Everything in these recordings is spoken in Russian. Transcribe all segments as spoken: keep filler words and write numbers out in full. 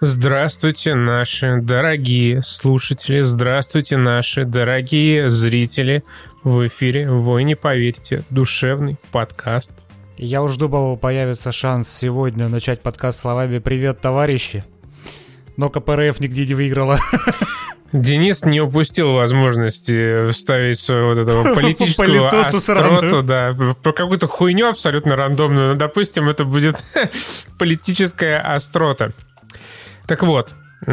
Здравствуйте, наши дорогие слушатели, здравствуйте, наши дорогие зрители. В эфире, вы не поверите, душевный подкаст. Я уж думал, появится шанс сегодня начать подкаст словами «Привет, товарищи», но КПРФ нигде не выиграла. Денис не упустил возможности вставить свою вот эту политическую остроту, да, про какую-то хуйню абсолютно рандомную, но, допустим, это будет политическая острота. Так вот,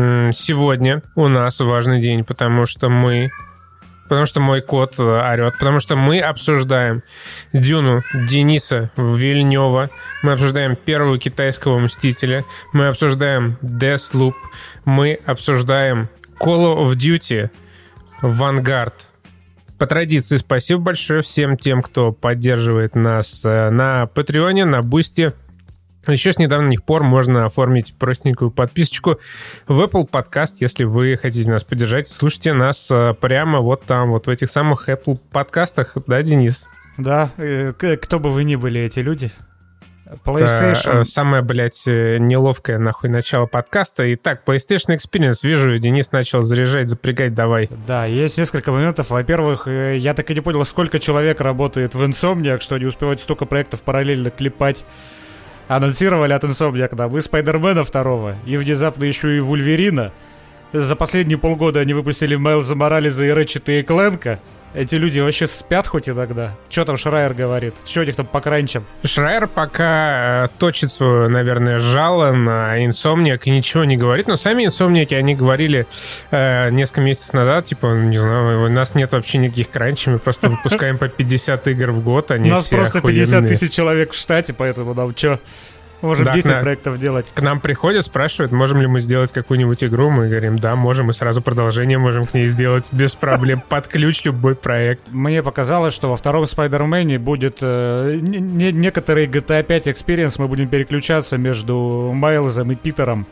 сегодня у нас важный день, потому что мы... Потому что мой кот орет, потому что мы обсуждаем Дюну Дениса Вильнёва, мы обсуждаем первого китайского Мстителя, мы обсуждаем Deathloop, мы обсуждаем Call of Duty Vanguard. По традиции, спасибо большое всем тем, кто поддерживает нас на Патреоне, на Бусти. Еще с недавних пор можно оформить простенькую подписочку в Apple Podcast, если вы хотите нас поддержать. Слушайте нас прямо вот там, вот в этих самых Apple подкастах, да, Денис? Да, кто бы вы ни были, эти люди. PlayStation. Это самое, блядь, неловкое нахуй начало подкаста. Итак, PlayStation Experience. Вижу, Денис начал заряжать, запрягать, давай. Да, есть несколько моментов. Во-первых, я так и не понял, сколько человек работает в Insomniac, что они успевают столько проектов параллельно клепать. Анонсировали от Insomniac, да, мы Спайдермена второго, и внезапно еще и Вульверина. За последние полгода они выпустили Майлза Моралеса и Рэтчета и Клэнка. Эти люди вообще спят хоть иногда? Че там Шрайер говорит? Че у них там по кранчам? Шрайер пока э, точит свое, наверное, жало на Insomniac и ничего не говорит. Но сами Insomniac, они говорили э, несколько месяцев назад, типа, не знаю, у нас нет вообще никаких кранчей, мы просто выпускаем по пятьдесят игр в год, они все охуенные. У нас просто пятьдесят тысяч человек в штате, поэтому нам че... Можем да, десять на... проектов делать. К нам приходят, спрашивают, можем ли мы сделать какую-нибудь игру. Мы говорим, да, можем, и сразу продолжение можем к ней сделать без проблем. Под ключ любой проект. Мне показалось, что во втором Спайдермене будет э, не, некоторый джи ти эй пять Experience, мы будем переключаться между Майлзом и Питером.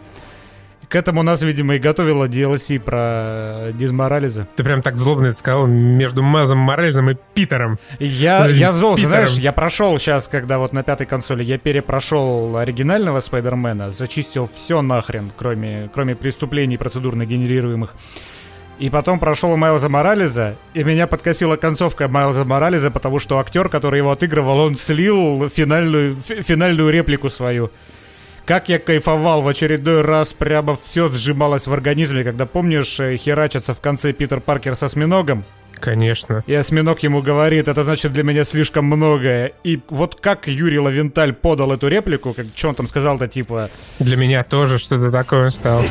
К этому нас, видимо, и готовила ди эл си про Диз Моралеса. Ты прям так злобно это сказал, между Мазом Моралесом и Питером. Я, я зол, знаешь, я прошел сейчас, когда вот на пятой консоли, я перепрошел оригинального Спайдермена, зачистил все нахрен, кроме, кроме преступлений процедурно генерируемых. И потом прошел Майлза Моралеса, и меня подкосила концовка Майлза Моралеса, потому что актер, который его отыгрывал, он слил финальную, финальную реплику свою. Как я кайфовал в очередной раз, прямо все сжималось в организме, когда, помнишь, херачится в конце Питер Паркер с осьминогом? Конечно. И осьминог ему говорит, это значит для меня слишком многое. И вот как Юрий Лавенталь подал эту реплику, как, что он там сказал-то, типа... Для меня тоже что-то такое сказал.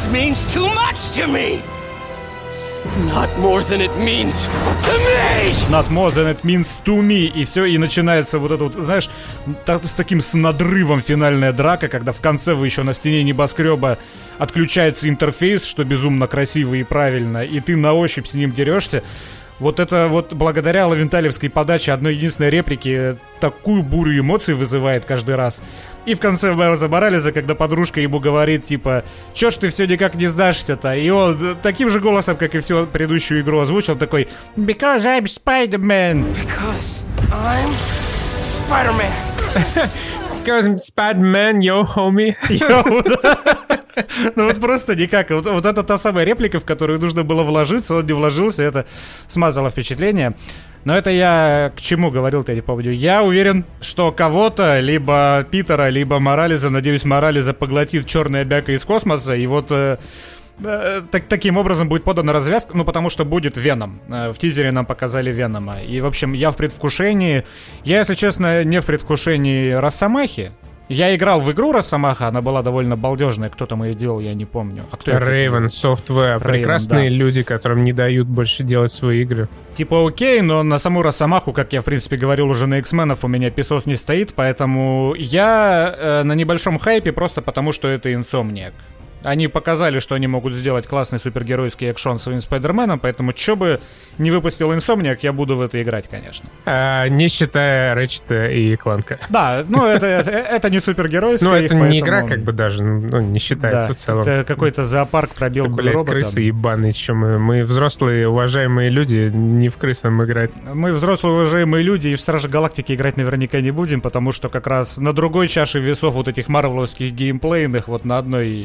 Not more than it means to me! Not more than it means to me. И все, и начинается вот это вот, знаешь, так, с таким с надрывом финальная драка, когда в конце вы еще на стене небоскреба отключается интерфейс, что безумно красиво и правильно, и ты на ощупь с ним дерешься. Вот это вот благодаря лавенталевской подаче одной единственной реплики такую бурю эмоций вызывает каждый раз. И в конце Майлза Моралеса, когда подружка ему говорит, типа, чё ж ты все никак не сдашься-то? И он таким же голосом, как и всю предыдущую игру озвучил, такой Because I'm Spider-Man. Because I'm Spider-Man. Because I'm Spider-Man, yo, homie. Yo, ну вот просто никак. Вот, вот это та самая реплика, в которую нужно было вложиться, он не вложился, это смазало впечатление. Но это я к чему говорил-то, я не помню. Я уверен, что кого-то, либо Питера, либо Моралеса, надеюсь, Моралеса поглотит черная бяка из космоса, и вот... Э, э, так, таким образом будет подана развязка, ну потому что будет Веном. Э, в тизере нам показали Венома. И, в общем, я в предвкушении... Я, если честно, не в предвкушении Росомахи. Я играл в игру Росомаха, она была довольно балдежная. Кто там ее делал, я не помню. А кто Raven Software. Прекрасные да. люди, которым не дают больше делать свои игры. Типа окей, но на саму Росомаху, как я в принципе говорил уже на X-менов, у меня песос не стоит, поэтому я э, на небольшом хайпе просто потому, что это Insomniac. Они показали, что они могут сделать классный супергеройский экшон своим Спайдерменом, поэтому что бы не выпустил Insomniac, я буду в это играть, конечно. А, не считая Рэтчета и Кланка. Да, ну это, это, это не супергеройский. Ну это не игра как бы даже, ну не считается да, в целом. Это какой-то зоопарк пробил робота. Блять, крысы ебаные, чем мы. Мы взрослые, уважаемые люди, не в крыс нам играть. Мы взрослые, уважаемые люди, и в Стражи Галактики играть наверняка не будем, потому что как раз на другой чаше весов вот этих марвеловских геймплейных, вот на одной Insomniac,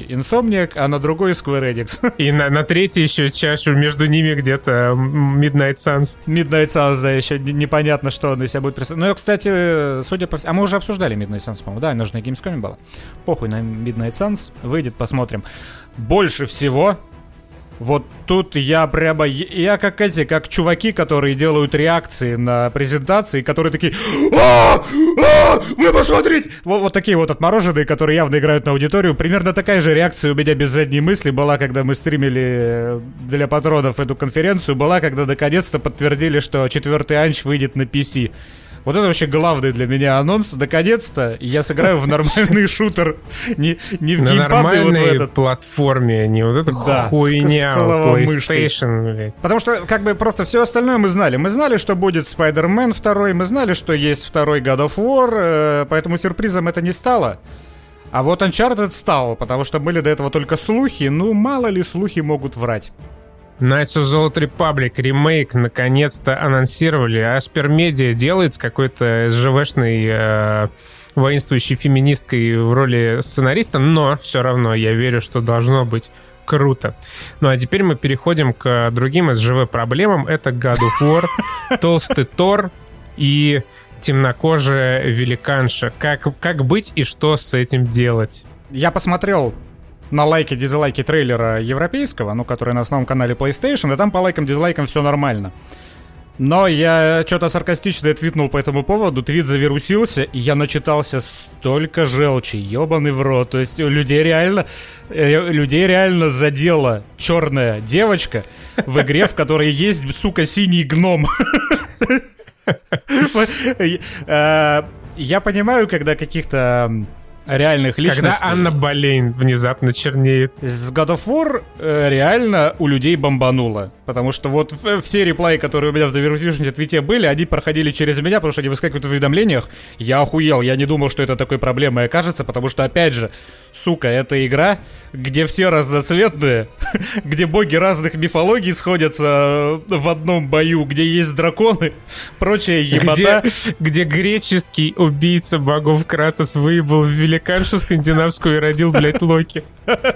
Insomniac, а на другой Square Enix. И на, на третьей еще чашу между ними где-то Midnight Suns. Midnight Suns, да, еще непонятно, что он из себя будет представлять. Ну, кстати, судя по всему... А мы уже обсуждали Midnight Suns, по-моему, да, она же на Gamescom была. Похуй на Midnight Suns, выйдет, посмотрим. Больше всего... Вот тут я прямо, я как эти, как чуваки, которые делают реакции на презентации, которые такие: а, а, вы посмотрите! Вот, вот такие вот отмороженные, которые явно играют на аудиторию. Примерно такая же реакция у меня без задней мысли была, когда мы стримили для патронов эту конференцию, была, когда наконец-то подтвердили, что четвертый Анч выйдет на пи си. Вот это вообще главный для меня анонс. Наконец-то я сыграю в нормальный шутер. Не, не в на геймпад, нормальной вот в этот... платформе, не вот эта да, хуйня PlayStation. Потому что как бы просто все остальное мы знали. Мы знали, что будет Spider-Man второй, мы знали, что есть второй God of War, поэтому сюрпризом это не стало. А вот Uncharted стал, потому что были до этого только слухи. Ну, мало ли слухи могут врать. Knights of the Old Republic ремейк наконец-то анонсировали. Asper Media делает с какой-то СЖВшной э, воинствующей феминисткой в роли сценариста, но все равно я верю, что должно быть круто. Ну а теперь мы переходим к другим СЖВ-проблемам. Это God of War, толстый Тор и темнокожая великанша. Как, как быть и что с этим делать? Я посмотрел на лайки-дизлайки трейлера европейского, ну, который на основном канале PlayStation, и там по лайкам-дизлайкам все нормально. Но я что-то саркастично твитнул по этому поводу, твит завирусился, и я начитался столько желчи, ебаный в рот. То есть людей реально, людей реально задела черная девочка в игре, в которой есть, сука, синий гном. Я понимаю, когда каких-то реальных личностей... Когда Анна Болейн внезапно чернеет. С God of War э, реально у людей бомбануло. Потому что вот в, все реплаи, которые у меня в завирусившемся твите были, они проходили через меня, потому что они выскакивают в уведомлениях. Я охуел, я не думал, что это такой проблемой окажется, потому что, опять же, сука, это игра, где все разноцветные, где боги разных мифологий сходятся в одном бою, где есть драконы, прочая ебота. Где, где греческий убийца богов Кратос выебал в великаншу скандинавскую и родил, блядь, Локи.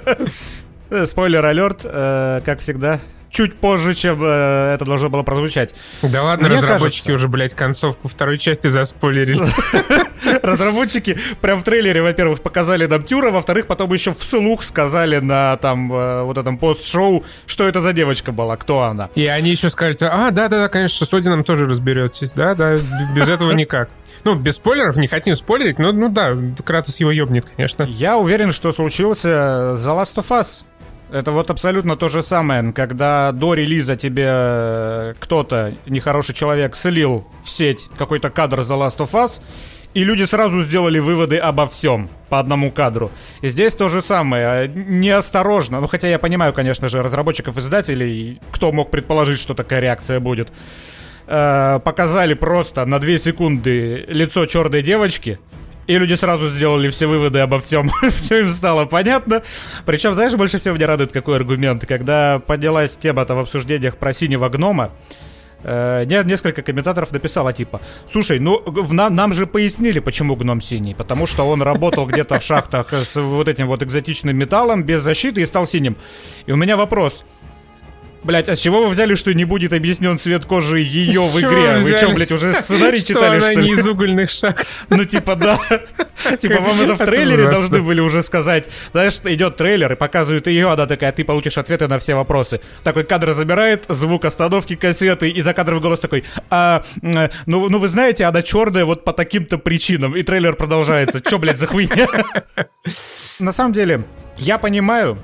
Спойлер-алерт, э, как всегда. Чуть позже, чем э, это должно было прозвучать. Да ладно, мне разработчики кажется... уже, блядь, концовку второй части заспойлерили. Разработчики прям в трейлере, во-первых, показали нам Тюра, во-вторых, потом еще вслух сказали на там э, вот этом пост-шоу, что это за девочка была, кто она. И они еще сказали: а, да-да-да, конечно, с Одином тоже разберетесь, да-да, без этого никак. Ну, без спойлеров, не хотим спойлерить, но, ну да, Кратос его ёбнет, конечно. Я уверен, что случился The Last of Us. Это вот абсолютно то же самое, когда до релиза тебе кто-то, нехороший человек, слил в сеть какой-то кадр The Last of Us, и люди сразу сделали выводы обо всем по одному кадру. И здесь то же самое, неосторожно, ну хотя я понимаю, конечно же, разработчиков-издателей, кто мог предположить, что такая реакция будет, э, показали просто на две секунды лицо черной девочки, и люди сразу сделали все выводы обо всем. Все им стало понятно. Причем, знаешь, больше всего меня радует какой аргумент. Когда поднялась тема-то в обсуждениях про синего гнома, э, несколько комментаторов написало типа: слушай, ну в, нам, нам же пояснили, почему гном синий. Потому что он работал где-то в шахтах с вот этим вот экзотичным металлом, без защиты, и стал синим. И у меня вопрос: блять, а с чего вы взяли, что не будет объяснен цвет кожи ее в игре? Вы что, блять, уже сценарий читали, что ли? Что она не из угольных шахт. Ну, типа, да. Типа, вам это в трейлере должны были уже сказать. Знаешь, идет трейлер и показывают ее, она такая: ты получишь ответы на все вопросы. Такой кадр забирает, звук остановки кассеты, и за кадром голос такой: а, ну, ну, вы знаете, она черная вот по таким-то причинам. И трейлер продолжается. Че, блядь, за хуйня? На самом деле, я понимаю,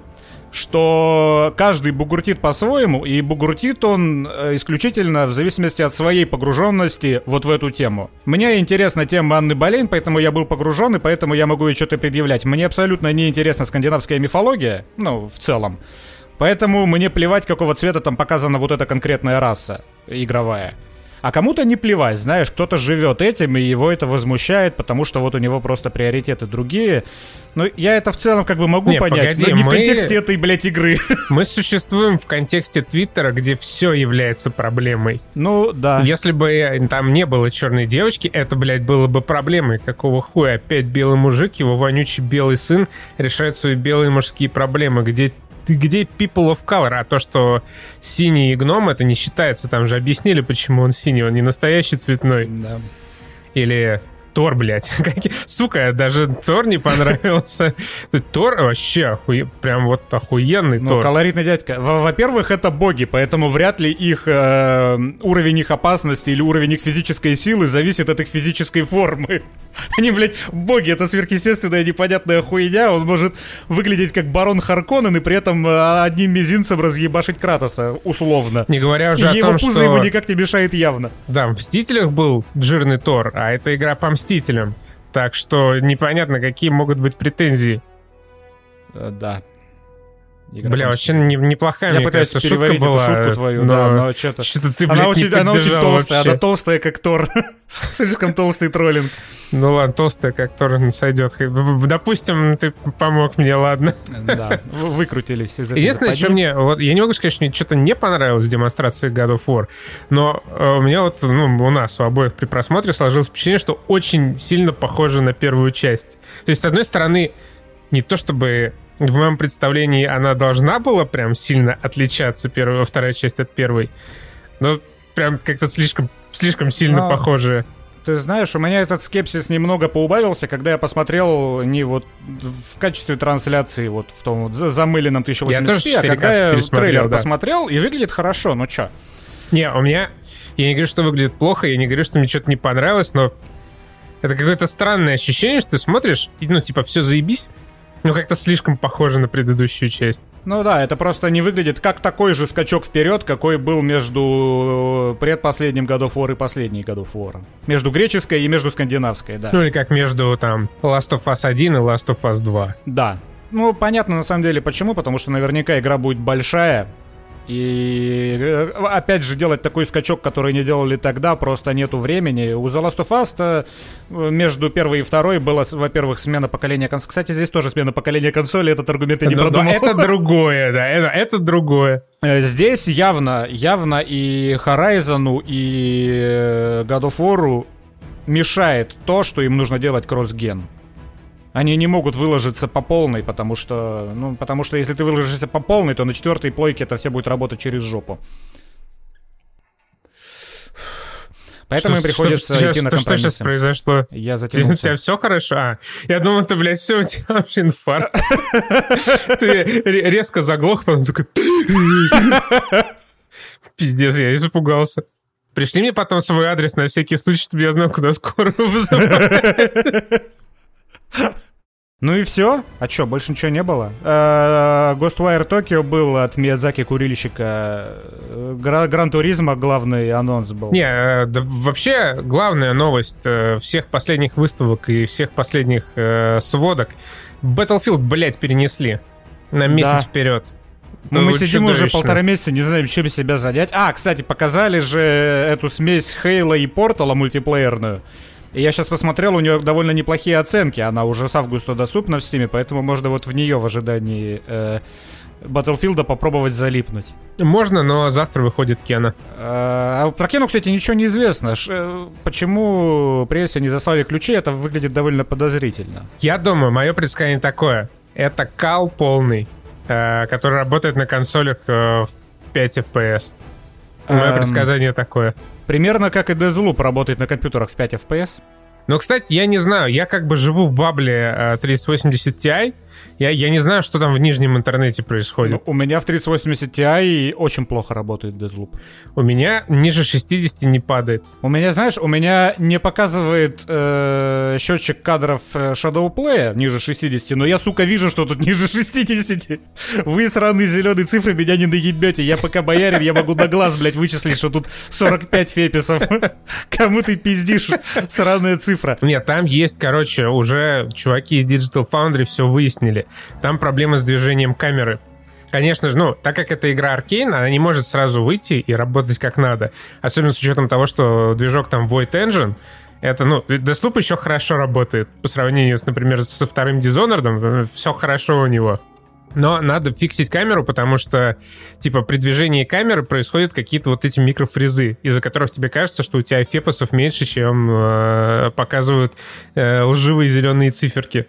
что каждый бугуртит по-своему, и бугуртит он исключительно в зависимости от своей погруженности вот в эту тему. Мне интересна тема Анны Болейн, поэтому я был погружен, и поэтому я могу ей что-то предъявлять. Мне абсолютно не интересна скандинавская мифология, ну, в целом. Поэтому мне плевать, какого цвета там показана вот эта конкретная раса игровая. А кому-то не плевать, знаешь, кто-то живет этим, и его это возмущает, потому что вот у него просто приоритеты другие. Но я это в целом как бы могу не, понять, погоди, но не мы... в контексте этой, блядь, игры. Мы существуем в контексте Твиттера, где все является проблемой. Ну, да. Если бы там не было черной девочки, это, блядь, было бы проблемой. Какого хуя? Опять белый мужик, его вонючий белый сын решает свои белые мужские проблемы. Где, где people of color? А то, что синий гном, это не считается. Там же объяснили, почему он синий. Он не настоящий цветной. Да. Или... Тор, блядь. Сука, даже Тор не понравился. Тор вообще охуе... прям вот охуенный ну, Тор. Колоритный дядька. Во-первых, это боги, поэтому вряд ли их э, уровень их опасности или уровень их физической силы зависит от их физической формы. Они, блядь, боги, это сверхъестественная непонятная хуйня. Он может выглядеть как барон Харконнен и при этом одним мизинцем разъебашить Кратоса, условно. Не говоря уже и о том, что... его пузо ему никак не мешает явно. Да, в «Мстителях» был жирный Тор, а это игра по «Мстителям». Так что непонятно, какие могут быть претензии. Uh, да. Игра Бля, вообще не, неплохая, я мне кажется, шутка была. Шутку твою, но... да, но что-то... что-то ты, она, блядь, очень, не она очень толстая, вообще. Она толстая, как Тор. Слишком толстый троллинг. Ну ладно, толстая, как Тор, сойдет. Допустим, ты помог мне, ладно. Да, выкрутились из этого. Единственное, что мне... Вот, я не могу сказать, что мне что-то не понравилось в демонстрации God of War, но э, у меня вот, ну, у нас, у обоих при просмотре сложилось впечатление, что очень сильно похоже на первую часть. То есть, с одной стороны, не то чтобы... В моем представлении она должна была прям сильно отличаться, первая, вторая часть от первой. Но прям как-то слишком, слишком сильно но, похожая. Ты знаешь, у меня этот скепсис немного поубавился, когда я посмотрел не вот в качестве трансляции, вот в том вот замыленном тысяча восемьдесят пи, а когда я трейлер да. посмотрел, и выглядит хорошо, ну чё? Не, у меня... Я не говорю, что выглядит плохо, я не говорю, что мне что-то не понравилось, но это какое-то странное ощущение, что ты смотришь, и, ну, типа, все заебись, ну, как-то слишком похоже на предыдущую часть. Ну да, это просто не выглядит как такой же скачок вперед, какой был между предпоследним God of War и последней God of War. Между греческой и между скандинавской, да. Ну или как между там Last of Us один и Last of Us два. Да. Ну, понятно на самом деле почему, потому что наверняка игра будет большая. И опять же делать такой скачок, который не делали тогда, просто нету времени. У The Last of Us между первой и второй была, во-первых, смена поколения консолей. Кстати, здесь тоже смена поколения консолей, этот аргумент я не но, продумал. Но это другое, да, это, это другое. Здесь явно, явно и Horizon, и God of War мешает то, что им нужно делать кросс-ген. Они не могут выложиться по полной, потому что, ну, потому что если ты выложишься по полной, то на четвертой плойке это все будет работать через жопу. Поэтому что, им приходится что, идти что, на компромиссы. Что сейчас произошло? Я затянулся. У тебя все хорошо? А, я думал, ты, блядь, все, у тебя вообще инфаркт. Ты резко заглох, потом такой... Пиздец, я испугался. Пришли мне потом свой адрес на всякий случай, чтобы я знал, куда скорую вызывать. Ну и все. А что, больше ничего не было? Ghostwire Tokyo был от Миядзаки Курильщика. Гран Туризмо главный анонс был. Не, да, вообще главная новость всех последних выставок и всех последних э, сводок. Battlefield, блядь, перенесли на месяц да. вперед. Ну, мы сидим чудовищно. Уже полтора месяца, не знаем, чем себя занять. А, кстати, показали же эту смесь Halo и Portal мультиплеерную. И я сейчас посмотрел, у нее довольно неплохие оценки. Она уже с августа доступна в Steam, поэтому можно вот в нее в ожидании э, Battlefield попробовать залипнуть. Можно, но завтра выходит Кена. А, а про Кену, кстати, ничего не известно. Ш, почему прессе не заслали ключи, это выглядит довольно подозрительно. Я думаю, мое предсказание такое. Это кал полный, э, который работает на консолях э, в пять эф пи эс. Мое эм... предсказание такое. Примерно как и Deathloop работает на компьютерах в пять эф пи эс. Но, кстати, я не знаю, я как бы живу в бабле э, тридцать восемьдесят Ti, я, я не знаю, что там в нижнем интернете происходит. Ну, у меня в тридцать восемьдесят Ti очень плохо работает Deathloop. У меня ниже шестьдесят не падает. У меня, знаешь, у меня не показывает э, счетчик кадров Shadowplay ниже шестьдесят, но я, сука, вижу, что тут ниже шестьдесят. Вы сраные зеленые цифры меня не наебете. Я пока боярин, я могу на глаз, блядь, вычислить, что тут сорок пять феписов. Кому ты пиздишь, сраная цифра. Нет, там есть, короче, уже чуваки из Digital Foundry все выяснили. Там проблемы с движением камеры. Конечно же, ну, так как это игра Arcane, она не может сразу выйти и работать как надо. Особенно с учетом того, что движок там Void Engine, это, ну, Deathloop еще хорошо работает по сравнению, с, например, со вторым Dishonored, все хорошо у него. Но надо фиксить камеру, потому что, типа, при движении камеры происходят какие-то вот эти микрофризы, из-за которых тебе кажется, что у тебя эфепосов меньше, чем э, показывают э, лживые зеленые циферки.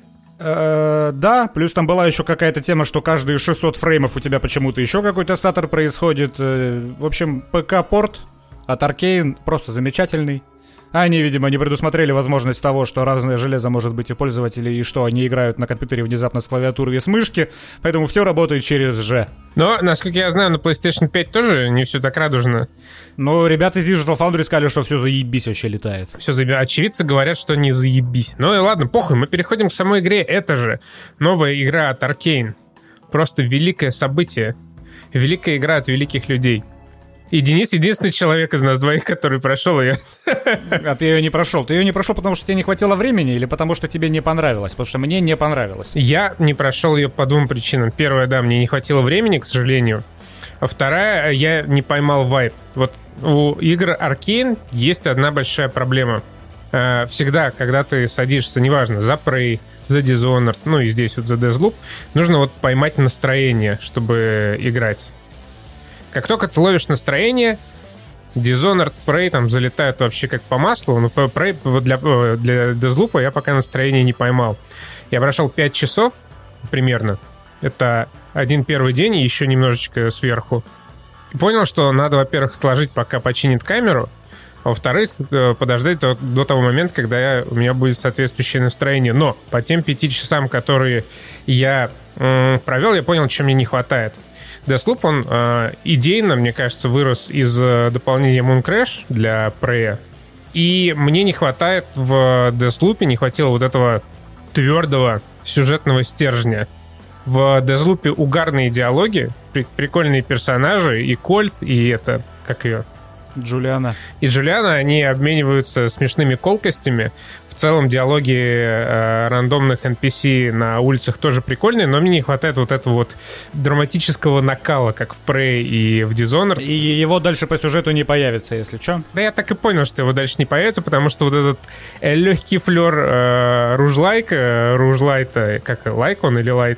Э, да, плюс там была еще какая-то тема, что каждые шестьсот фреймов у тебя почему-то еще какой-то статор происходит. В общем, ПК-порт от Arcane просто замечательный. Они, видимо, не предусмотрели возможность того, что разное железо может быть у пользователей, и что они играют на компьютере внезапно с клавиатуры и с мышки, поэтому все работает через G. Но, насколько я знаю, на PlayStation пять тоже не все так радужно. Ну, ребята из Digital Foundry сказали, что все заебись вообще летает. Все заебись. Очевидцы говорят, что не заебись. Ну и ладно, похуй, мы переходим к самой игре. Это же новая игра от Arcane. Просто великое событие. Великая игра от великих людей. И Денис единственный человек из нас двоих, который прошел ее. А ты ее не прошел? Ты ее не прошел, потому что тебе не хватило времени или потому что тебе не понравилось? Потому что мне не понравилось. Я не прошел ее по двум причинам. Первая, да, мне не хватило времени, к сожалению. А вторая, я не поймал вайб. Вот у игр Arcane есть одна большая проблема. Всегда, когда ты садишься, неважно, за Prey, за Dishonored, ну и здесь вот за Deathloop, нужно вот поймать настроение, чтобы играть. Как только ты ловишь настроение, Dishonored, Prey там залетают вообще как по маслу. Но Prey для, для Deathloop я пока настроение не поймал. Я прошел пять часов примерно. Это один первый день и еще немножечко сверху. И понял, что надо, во-первых, отложить, пока починит камеру. А во-вторых, подождать до, до того момента, когда я, у меня будет соответствующее настроение. Но по тем пяти часам, которые я м, провел, я понял, чем мне не хватает. Deathloop, он э, идейно, мне кажется, вырос из э, дополнения Moon Crash для Prey. И мне не хватает в Deathloop, не хватило вот этого твердого сюжетного стержня. В Deathloop угарные диалоги, при- прикольные персонажи, и Кольт, и это, как ее... Джулиана. И Джулиана, они обмениваются смешными колкостями. В целом диалоги э, рандомных эн пи си на улицах тоже прикольные, но мне не хватает вот этого вот драматического накала, как в Prey и в Dishonored. И его дальше по сюжету не появится, если что. Да я так и понял, что его дальше не появится, потому что вот этот э, легкий флер э, ружлайка, э, ружлайта, как, лайк он или лайт?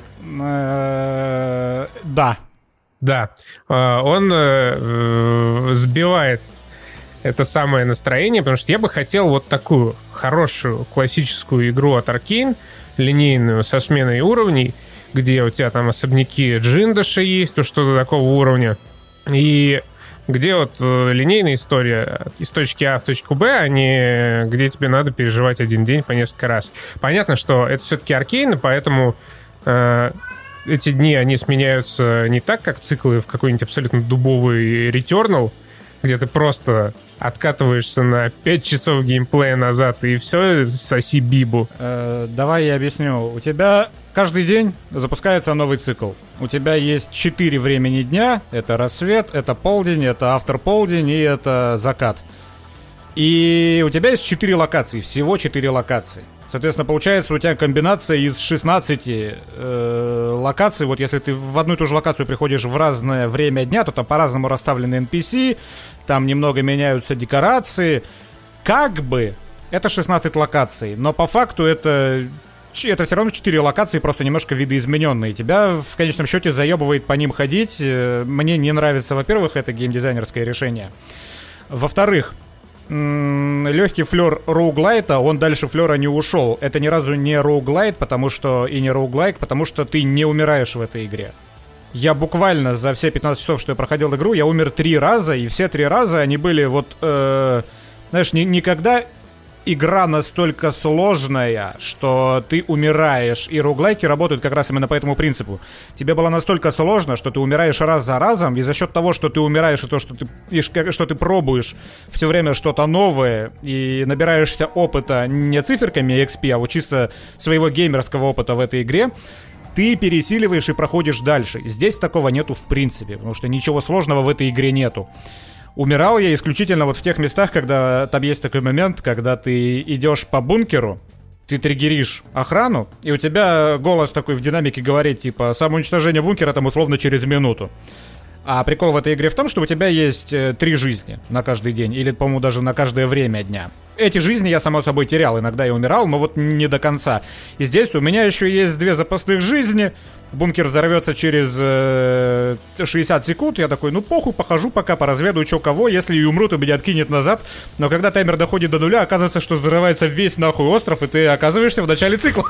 Да. Да, он э, сбивает это самое настроение, потому что я бы хотел вот такую хорошую классическую игру от Arcane, линейную, со сменой уровней, где у тебя там особняки Джиндаши есть, то что-то такого уровня, и где вот э, линейная история из точки А в точку Б, а не где тебе надо переживать один день по несколько раз. Понятно, что это все-таки Arcane, поэтому... Э, эти дни, они сменяются не так, как циклы в какой-нибудь абсолютно дубовый Returnal, где ты просто откатываешься на пять часов геймплея назад и все, соси бибу. Э, давай я объясню. У тебя каждый день запускается новый цикл. У тебя есть четыре времени дня. Это рассвет, это полдень, это авторполдень и это закат. И у тебя есть четыре локации, всего четыре локации. Соответственно, получается у тебя комбинация из шестнадцати э, локаций. Вот если ты в одну и ту же локацию приходишь в разное время дня, то там по-разному расставлены эн пи си, там немного меняются декорации. Как бы это шестнадцать локаций, но по факту это, это все равно четыре локации, просто немножко видоизмененные. Тебя в конечном счете заебывает по ним ходить. Мне не нравится, во-первых, это геймдизайнерское решение. Во-вторых, легкий флер роуглайта, он дальше флера не ушел. Это ни разу не роуглайт, потому что и не роуглайк, потому что ты не умираешь в этой игре. Я буквально за все пятнадцать часов, что я проходил игру, я умер три раза, и все три раза они были вот, э, знаешь, ни, никогда игра настолько сложная, что ты умираешь. И роуглайки работают как раз именно по этому принципу. Тебе было настолько сложно, что ты умираешь раз за разом, и за счет того, что ты умираешь, и то, что ты, и что ты пробуешь все время что-то новое, и набираешься опыта не циферками икс пи, а вот чисто своего геймерского опыта в этой игре, ты пересиливаешь и проходишь дальше. Здесь такого нету в принципе, потому что ничего сложного в этой игре нету. Умирал я исключительно вот в тех местах, когда там есть такой момент, когда ты идешь по бункеру, ты триггеришь охрану, и у тебя голос такой в динамике говорит, типа, самоуничтожение бункера там условно через минуту. А прикол в этой игре в том, что у тебя есть э, три жизни на каждый день, или, по-моему, даже на каждое время дня. Эти жизни я, само собой, терял, иногда я умирал, но вот не до конца. И здесь у меня еще есть две запасных жизни. Бункер взорвется через э, шестьдесят секунд. Я такой, ну похуй, похожу пока, поразведаю, что кого. Если и умру, то меня откинет назад. Но когда таймер доходит до нуля, оказывается, что взрывается весь нахуй остров, и ты оказываешься в начале цикла.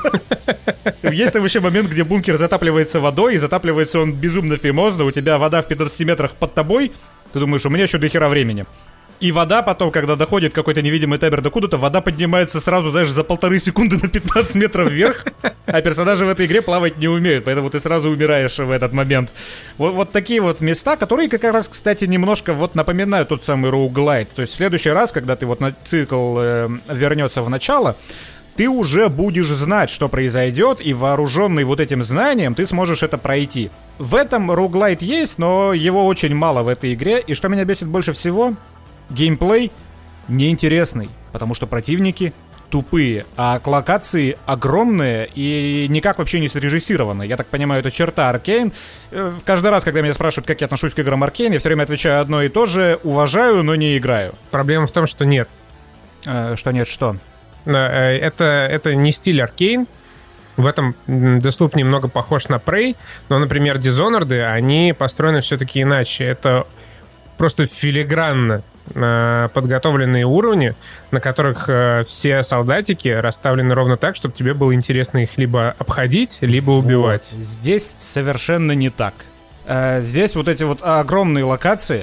Есть там еще момент, где бункер затапливается водой, и затапливается он безумно фимозно. У тебя вода в пятнадцати метрах под тобой. Ты думаешь, у меня еще до хера времени. И вода потом, когда доходит какой-то невидимый таймер до куда-то, вода поднимается сразу даже за полторы секунды на пятнадцать метров вверх, а персонажи в этой игре плавать не умеют, поэтому ты сразу умираешь в этот момент. Вот, вот такие вот места, которые как раз, кстати, немножко вот напоминают тот самый роуглайт. То есть в следующий раз, когда ты вот на цикл э, вернется в начало, ты уже будешь знать, что произойдет, и вооруженный вот этим знанием ты сможешь это пройти. В этом роуглайт есть, но его очень мало в этой игре, и что меня бесит больше всего... Геймплей неинтересный, потому что противники тупые, а локации огромные и никак вообще не срежиссированы. Я так понимаю, это черта Аркейн. Каждый раз, когда меня спрашивают, как я отношусь к играм Аркейн, я все время отвечаю одно и то же: уважаю, но не играю. Проблема в том, что нет. Э, что нет, что? Это, это не стиль Аркейн. В этом Deathloop немного похож на Prey, но, например, Dishonored, они построены все-таки иначе. Это просто филигранно подготовленные уровни, на которых э, все солдатики расставлены ровно так, чтобы тебе было интересно их либо обходить, либо убивать. Вот. Здесь совершенно не так. Э, здесь вот эти вот огромные локации,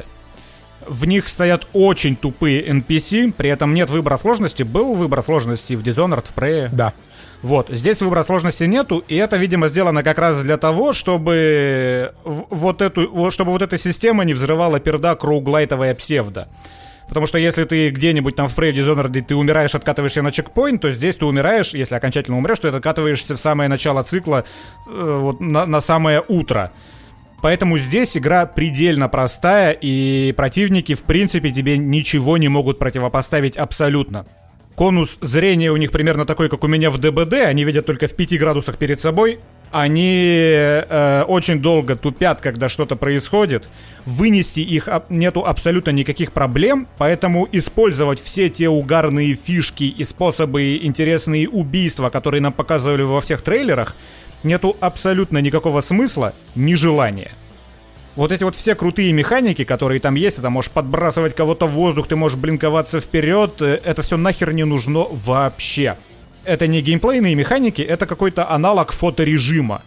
в них стоят очень тупые эн пи си, при этом нет выбора сложности. Был выбор сложности в Dishonored, в Prey? Да. Вот, здесь выбора сложности нету, и это, видимо, сделано как раз для того, чтобы вот эту, чтобы вот эта система не взрывала пердак роуглайтовая псевдо. Потому что если ты где-нибудь там в Prey, Dishonored, ты умираешь, откатываешься на чекпоинт, то здесь ты умираешь, если окончательно умрешь, то ты откатываешься в самое начало цикла, э, вот на, на самое утро. Поэтому здесь игра предельно простая, и противники, в принципе, тебе ничего не могут противопоставить абсолютно. Конус зрения у них примерно такой, как у меня в ди би ди, они видят только в пяти градусах перед собой. Они э, очень долго тупят, когда что-то происходит. Вынести их нету абсолютно никаких проблем, поэтому использовать все те угарные фишки и способы, интересные убийства, которые нам показывали во всех трейлерах, нету абсолютно никакого смысла, ни желания. Вот эти вот все крутые механики, которые там есть, ты можешь подбрасывать кого-то в воздух, ты можешь блинковаться вперед, это все нахер не нужно вообще. Это не геймплейные механики, это какой-то аналог фоторежима.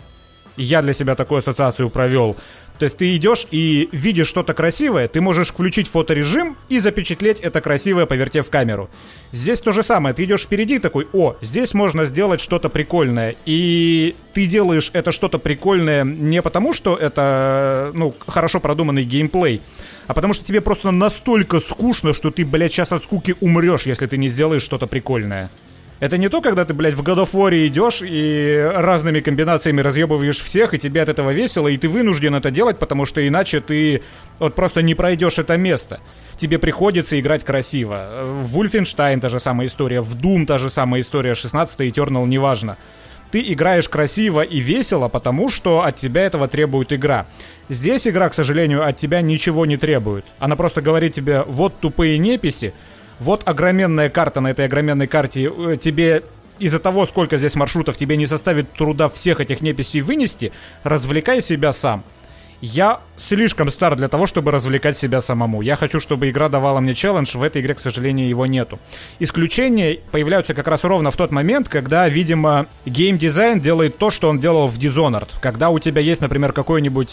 Я для себя такую ассоциацию провел. То есть ты идешь и видишь что-то красивое, ты можешь включить фоторежим и запечатлеть это красивое, повертев камеру. Здесь то же самое, ты идешь впереди такой: о, здесь можно сделать что-то прикольное. И ты делаешь это что-то прикольное не потому, что это, ну, хорошо продуманный геймплей, а потому что тебе просто настолько скучно, что ты, блядь, сейчас от скуки умрешь, если ты не сделаешь что-то прикольное. Это не то, когда ты, блядь, в God of War идешь и разными комбинациями разъебываешь всех, и тебе от этого весело, и ты вынужден это делать, потому что иначе ты вот просто не пройдешь это место. Тебе приходится играть красиво. В Wolfenstein та же самая история, в Doom та же самая история, шестнадцатый Eternal, неважно. Ты играешь красиво и весело, потому что от тебя этого требует игра. Здесь игра, к сожалению, от тебя ничего не требует. Она просто говорит тебе: вот тупые неписи, вот огроменная карта, на этой огроменной карте тебе из-за того, сколько здесь маршрутов, тебе не составит труда всех этих неписей вынести, развлекай себя сам. Я слишком стар для того, чтобы развлекать себя самому. Я хочу, чтобы игра давала мне челлендж, в этой игре, к сожалению, его нету. Исключения появляются как раз ровно в тот момент, когда, видимо, геймдизайн делает то, что он делал в Dishonored. Когда у тебя есть, например, какое-нибудь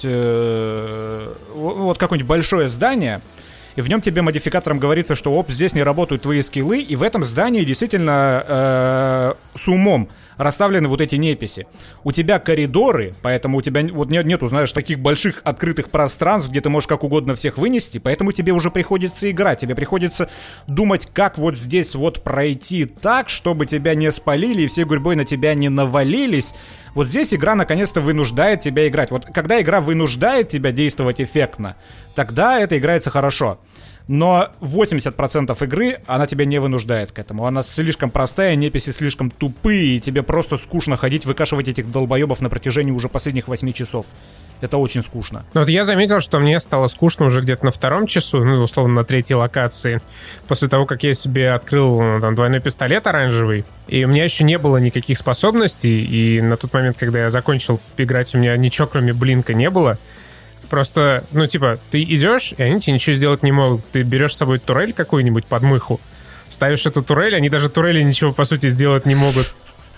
э, вот какое-нибудь большое здание, и в нем тебе модификатором говорится, что оп, здесь не работают твои скиллы, и в этом здании действительно э, с умом расставлены вот эти неписи. У тебя коридоры, поэтому у тебя вот нет, нету, знаешь, таких больших открытых пространств, где ты можешь как угодно всех вынести, поэтому тебе уже приходится играть, тебе приходится думать, как вот здесь вот пройти так, чтобы тебя не спалили и всей гурьбой на тебя не навалились. Вот здесь игра наконец-то вынуждает тебя играть. Вот когда игра вынуждает тебя действовать эффектно, тогда это играется хорошо. Но восемьдесят процентов игры, она тебя не вынуждает к этому. Она слишком простая, неписи слишком тупые, и тебе просто скучно ходить, выкашивать этих долбоебов на протяжении уже последних восьми часов. Это очень скучно. Ну вот я заметил, что мне стало скучно уже где-то на втором часу, ну, условно, на третьей локации, после того, как я себе открыл там двойной пистолет оранжевый, и у меня еще не было никаких способностей, и на тот момент, когда я закончил играть, у меня ничего, кроме блинка, не было. Просто, ну, типа, ты идешь, и они тебе ничего сделать не могут. Ты берешь с собой турель какую-нибудь под мыху, ставишь эту турель, они даже турели ничего, по сути, сделать не могут.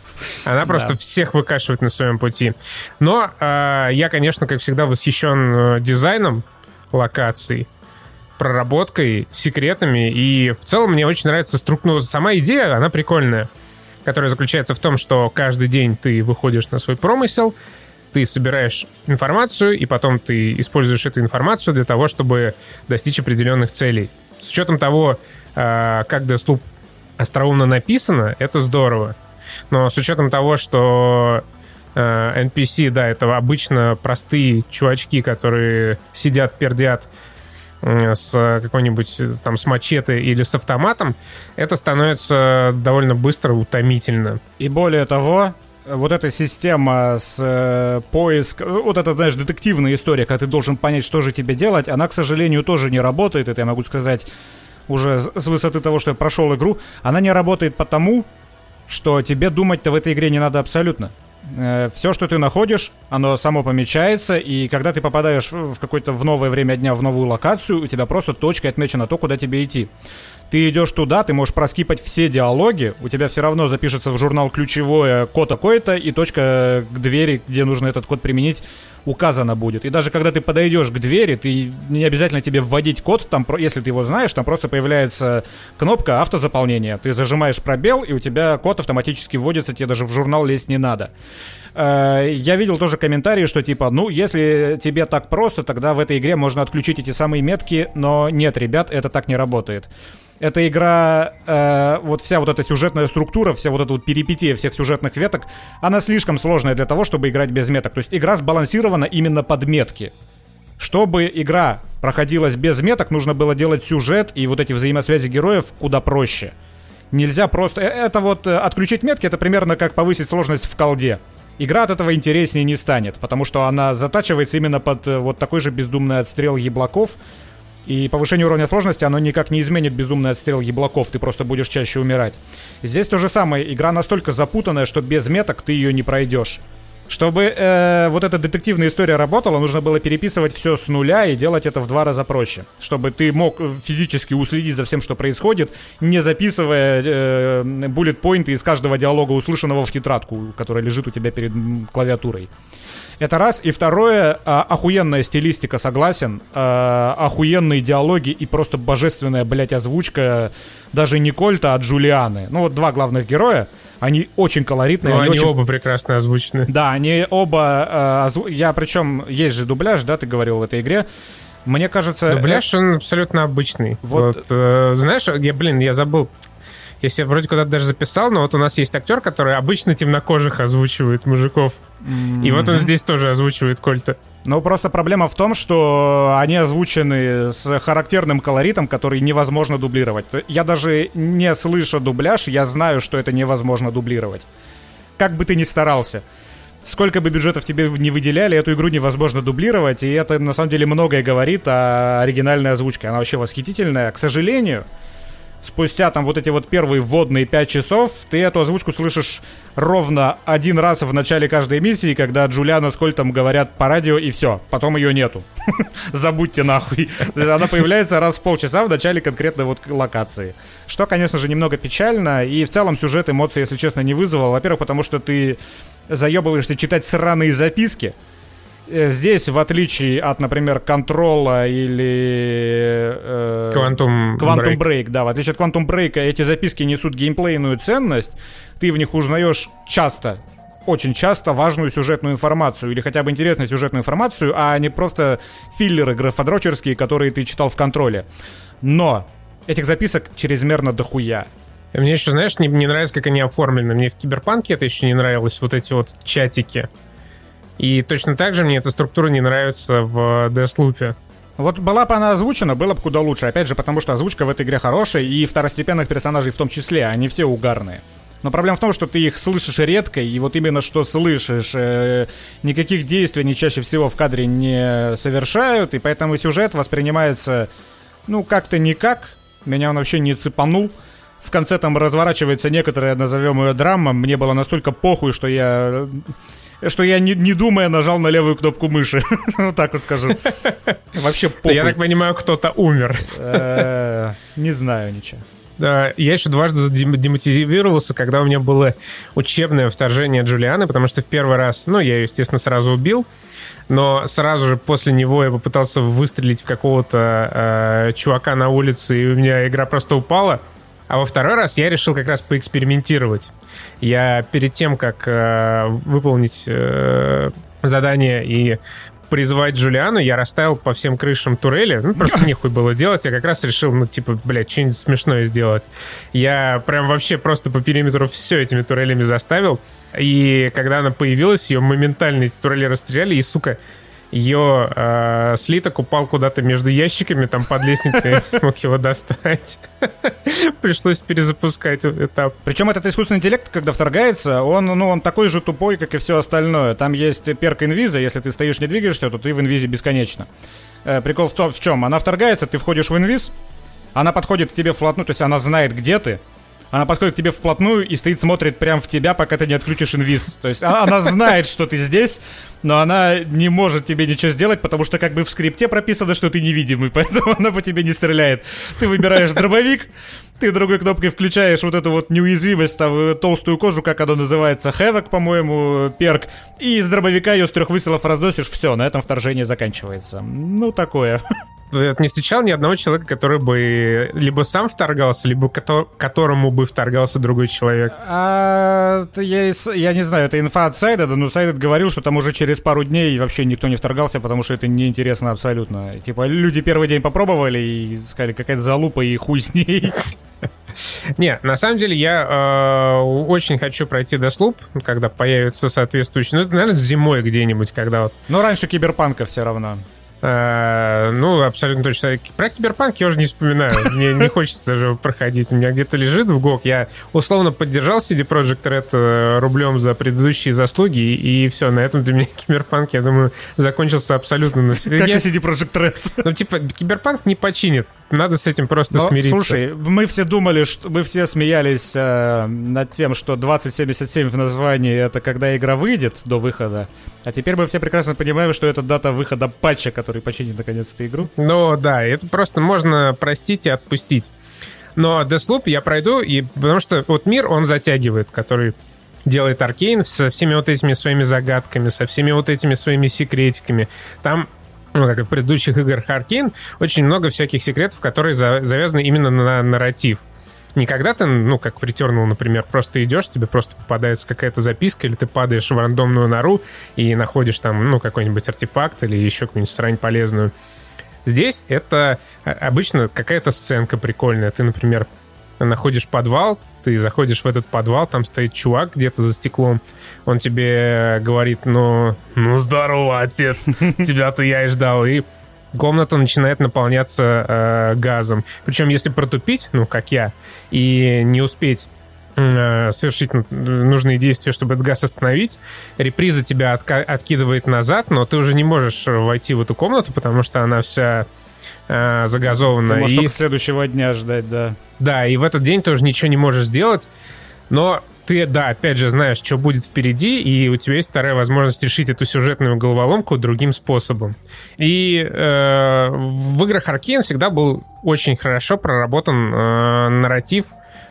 Она просто да. всех выкашивает на своем пути. Но э, я, конечно, как всегда, восхищен э, дизайном локаций, проработкой, секретами. И в целом мне очень нравится структура. Ну, сама идея, она прикольная, которая заключается в том, что каждый день ты выходишь на свой промысел, ты собираешь информацию, и потом ты используешь эту информацию для того, чтобы достичь определенных целей. С учетом того, э, как Deathloop остроумно написано, это здорово. Но с учетом того, что э, эн пи си, да, это обычно простые чувачки, которые сидят, пердят э, с какой-нибудь там с мачете или с автоматом, это становится довольно быстро утомительно. И более того, вот эта система с э, поиском, вот эта, знаешь, детективная история, когда ты должен понять, что же тебе делать, она, к сожалению, тоже не работает. Это я могу сказать уже с высоты того, что я прошел игру. Она не работает потому, что тебе думать-то в этой игре не надо абсолютно. Э, все, что ты находишь, оно само помечается, и когда ты попадаешь в какое-то в новое время дня в новую локацию, у тебя просто точкой отмечено то, куда тебе идти. Ты идешь туда, ты можешь проскипать все диалоги, у тебя все равно запишется в журнал ключевое код такой-то, и точка к двери, где нужно этот код применить, указана будет. И даже когда ты подойдешь к двери, ты не обязательно тебе вводить код, там, если ты его знаешь, там просто появляется кнопка автозаполнения. Ты зажимаешь пробел, и у тебя код автоматически вводится, тебе даже в журнал лезть не надо. Я видел тоже комментарии, что типа, ну, если тебе так просто, тогда в этой игре можно отключить эти самые метки, но нет, ребят, это так не работает. Эта игра, э, вот вся вот эта сюжетная структура, вся вот эта вот перипетия всех сюжетных веток, она слишком сложная для того, чтобы играть без меток. То есть игра сбалансирована именно под метки. Чтобы игра проходилась без меток, нужно было делать сюжет и вот эти взаимосвязи героев куда проще. Нельзя просто... Это вот отключить метки, это примерно как повысить сложность в колде. Игра от этого интереснее не станет, потому что она затачивается именно под вот такой же бездумный отстрел еблаков. И повышение уровня сложности, оно никак не изменит безумный отстрел еблаков, ты просто будешь чаще умирать. Здесь то же самое, игра настолько запутанная, что без меток ты ее не пройдешь. Чтобы э, вот эта детективная история работала, нужно было переписывать все с нуля и делать это в два раза проще. Чтобы ты мог физически уследить за всем, что происходит, не записывая э, буллет-поинты из каждого диалога, услышанного в тетрадку, которая лежит у тебя перед клавиатурой. Это раз. И второе, а, охуенная стилистика, согласен. А, охуенные диалоги и просто божественная, блядь, озвучка даже не Кольта, а Джулианы. Ну вот два главных героя, они очень колоритные. Ну, они, они очень... оба прекрасно озвучены. Да, они оба... А, озву... Я причем... Есть же дубляж, да, ты говорил в этой игре. Мне кажется... Дубляж, он абсолютно обычный. Вот. Вот э, знаешь, я, блин, я забыл... Я себе вроде куда-то даже записал, но вот у нас есть актер, который обычно темнокожих озвучивает мужиков. Mm-hmm. И вот он здесь тоже озвучивает Кольта. Ну, просто проблема в том, что они озвучены с характерным колоритом, который невозможно дублировать. Я даже не слышу дубляж, я знаю, что это невозможно дублировать. Как бы ты ни старался. Сколько бы бюджетов тебе не выделяли, эту игру невозможно дублировать, и это, на самом деле, многое говорит о оригинальной озвучке. Она вообще восхитительная. К сожалению... Спустя там вот эти вот первые вводные пять часов ты эту озвучку слышишь ровно один раз в начале каждой миссии, когда Джулиана с Кольтом говорят по радио, и все. Потом ее нету. Забудьте нахуй. Она появляется раз в полчаса в начале конкретной вот локации. Что, конечно же, немного печально. И в целом сюжет эмоций, если честно, не вызвал. Во-первых, потому что ты заебываешься читать сраные записки. Здесь, в отличие от, например, Контрола или э, Quantum, Quantum Break. Break, да, в отличие от Quantum Break, эти записки несут геймплейную ценность. Ты в них узнаешь часто, очень часто важную сюжетную информацию или хотя бы интересную сюжетную информацию, а не просто филлеры графодрочерские, которые ты читал в Контроле. Но этих записок чрезмерно дохуя. Мне еще, знаешь, не, не нравится, как они оформлены. Мне в Киберпанке это еще не нравилось, вот эти вот чатики. И точно так же мне эта структура не нравится в Deathloop. Вот была бы она озвучена, было бы куда лучше. Опять же, потому что озвучка в этой игре хорошая, и второстепенных персонажей в том числе, они все угарные. Но проблема в том, что ты их слышишь редко, и вот именно что слышишь, э, никаких действий они чаще всего в кадре не совершают, и поэтому сюжет воспринимается, ну, как-то никак. Меня он вообще не цепанул. В конце там разворачивается некоторая, назовем ее, драма. Мне было настолько похуй, что я... Что я, не, не думая, нажал на левую кнопку мыши. Вот так вот скажу. Вообще похуй. Я так понимаю, кто-то умер. Не знаю ничего. Да, я еще дважды демотивировался, когда у меня было учебное вторжение Джулианы, потому что в первый раз, ну, я ее, естественно, сразу убил, но сразу же после него я попытался выстрелить в какого-то э, чувака на улице, и у меня игра просто упала. А во второй раз я решил как раз поэкспериментировать. Я перед тем, как э, выполнить э, задание и призвать Джулиану, я расставил по всем крышам турели. Ну, просто нехуй было делать. Я как раз решил, ну, типа, блядь, что-нибудь смешное сделать. Я прям вообще просто по периметру все этими турелями заставил. И когда она появилась, ее моментально эти турели расстреляли, и, сука, ее э, слиток упал куда-то между ящиками, там под лестницей, я смог его достать. Пришлось перезапускать этап. Причем этот искусственный интеллект, когда вторгается, он, ну, он такой же тупой, как и все остальное. Там есть перк инвиза, если ты стоишь, не двигаешься, то ты в инвизе бесконечно. Э, прикол в том, в чем? Она вторгается, ты входишь в инвиз, она подходит к тебе вплотную, то есть она знает, где ты. Она подходит к тебе вплотную и стоит, смотрит прямо в тебя, пока ты не отключишь инвиз. То есть она, она знает, что ты здесь, но она не может тебе ничего сделать, потому что как бы в скрипте прописано, что ты невидимый, поэтому она по тебе не стреляет. Ты выбираешь дробовик, ты другой кнопкой включаешь вот эту вот неуязвимость, там, толстую кожу, как оно называется, Хэвок, по-моему, перк, и из дробовика ее с трех выстрелов разносишь, все, на этом вторжение заканчивается. Ну, такое. Я не встречал ни одного человека, который бы либо сам вторгался, либо ко- которому бы вторгался другой человек. А, я, я не знаю, это инфа от Сайдеда, но Сайдед говорил, что там уже через пару дней вообще никто не вторгался, потому что это неинтересно абсолютно. Типа, люди первый день попробовали и сказали, какая-то залупа и хуй с ней. Не, на самом деле я э, очень хочу пройти Deathloop, когда появится соответствующий, ну, наверное, зимой где-нибудь, когда вот... Но раньше Киберпанка все равно. Uh, ну, абсолютно точно. Про Киберпанк я уже не вспоминаю. Мне не хочется даже его проходить. У меня где-то лежит в ГОГ. Я условно поддержал си ди Projekt Red рублем за предыдущие заслуги, и, и все. На этом для меня Киберпанк, я думаю, закончился абсолютно навсегда. Как и си ди Projekt Red. Ну, типа, Киберпанк не починит. Надо с этим просто Но, смириться. Слушай, мы все думали, что мы все смеялись э, над тем, что двадцать семьдесят семь в названии — это когда игра выйдет до выхода. А теперь мы все прекрасно понимаем, что это дата выхода патча, который починит наконец-то игру. Ну да, это просто можно простить и отпустить. Но Deathloop я пройду, и потому что вот мир, он затягивает, который делает Аркейн со всеми вот этими своими загадками, со всеми вот этими своими секретиками. Там, ну, как и в предыдущих играх Аркейн, очень много всяких секретов, которые за- завязаны именно на нарратив. Не когда ты, ну, как в Returnal, например, просто идешь, тебе просто попадается какая-то записка, или ты падаешь в рандомную нору и находишь там, ну, какой-нибудь артефакт или еще какую-нибудь срань полезную. Здесь это обычно какая-то сценка прикольная. Ты, например, находишь подвал, ты заходишь в этот подвал, там стоит чувак где-то за стеклом, он тебе говорит, ну, ну здорово, отец, тебя-то я и ждал, и комната начинает наполняться э, газом. Причем, если протупить, ну, как я, и не успеть э, совершить нужные действия, чтобы этот газ остановить, реприза тебя отка- откидывает назад, но ты уже не можешь войти в эту комнату, потому что она вся э, загазована. Ты можешь и... только следующего дня ждать, да. Да, и в этот день тоже ничего не можешь сделать, но ты, да, опять же, знаешь, что будет впереди, и у тебя есть вторая возможность решить эту сюжетную головоломку другим способом. И э, в играх Аркейн всегда был очень хорошо проработан э, нарратив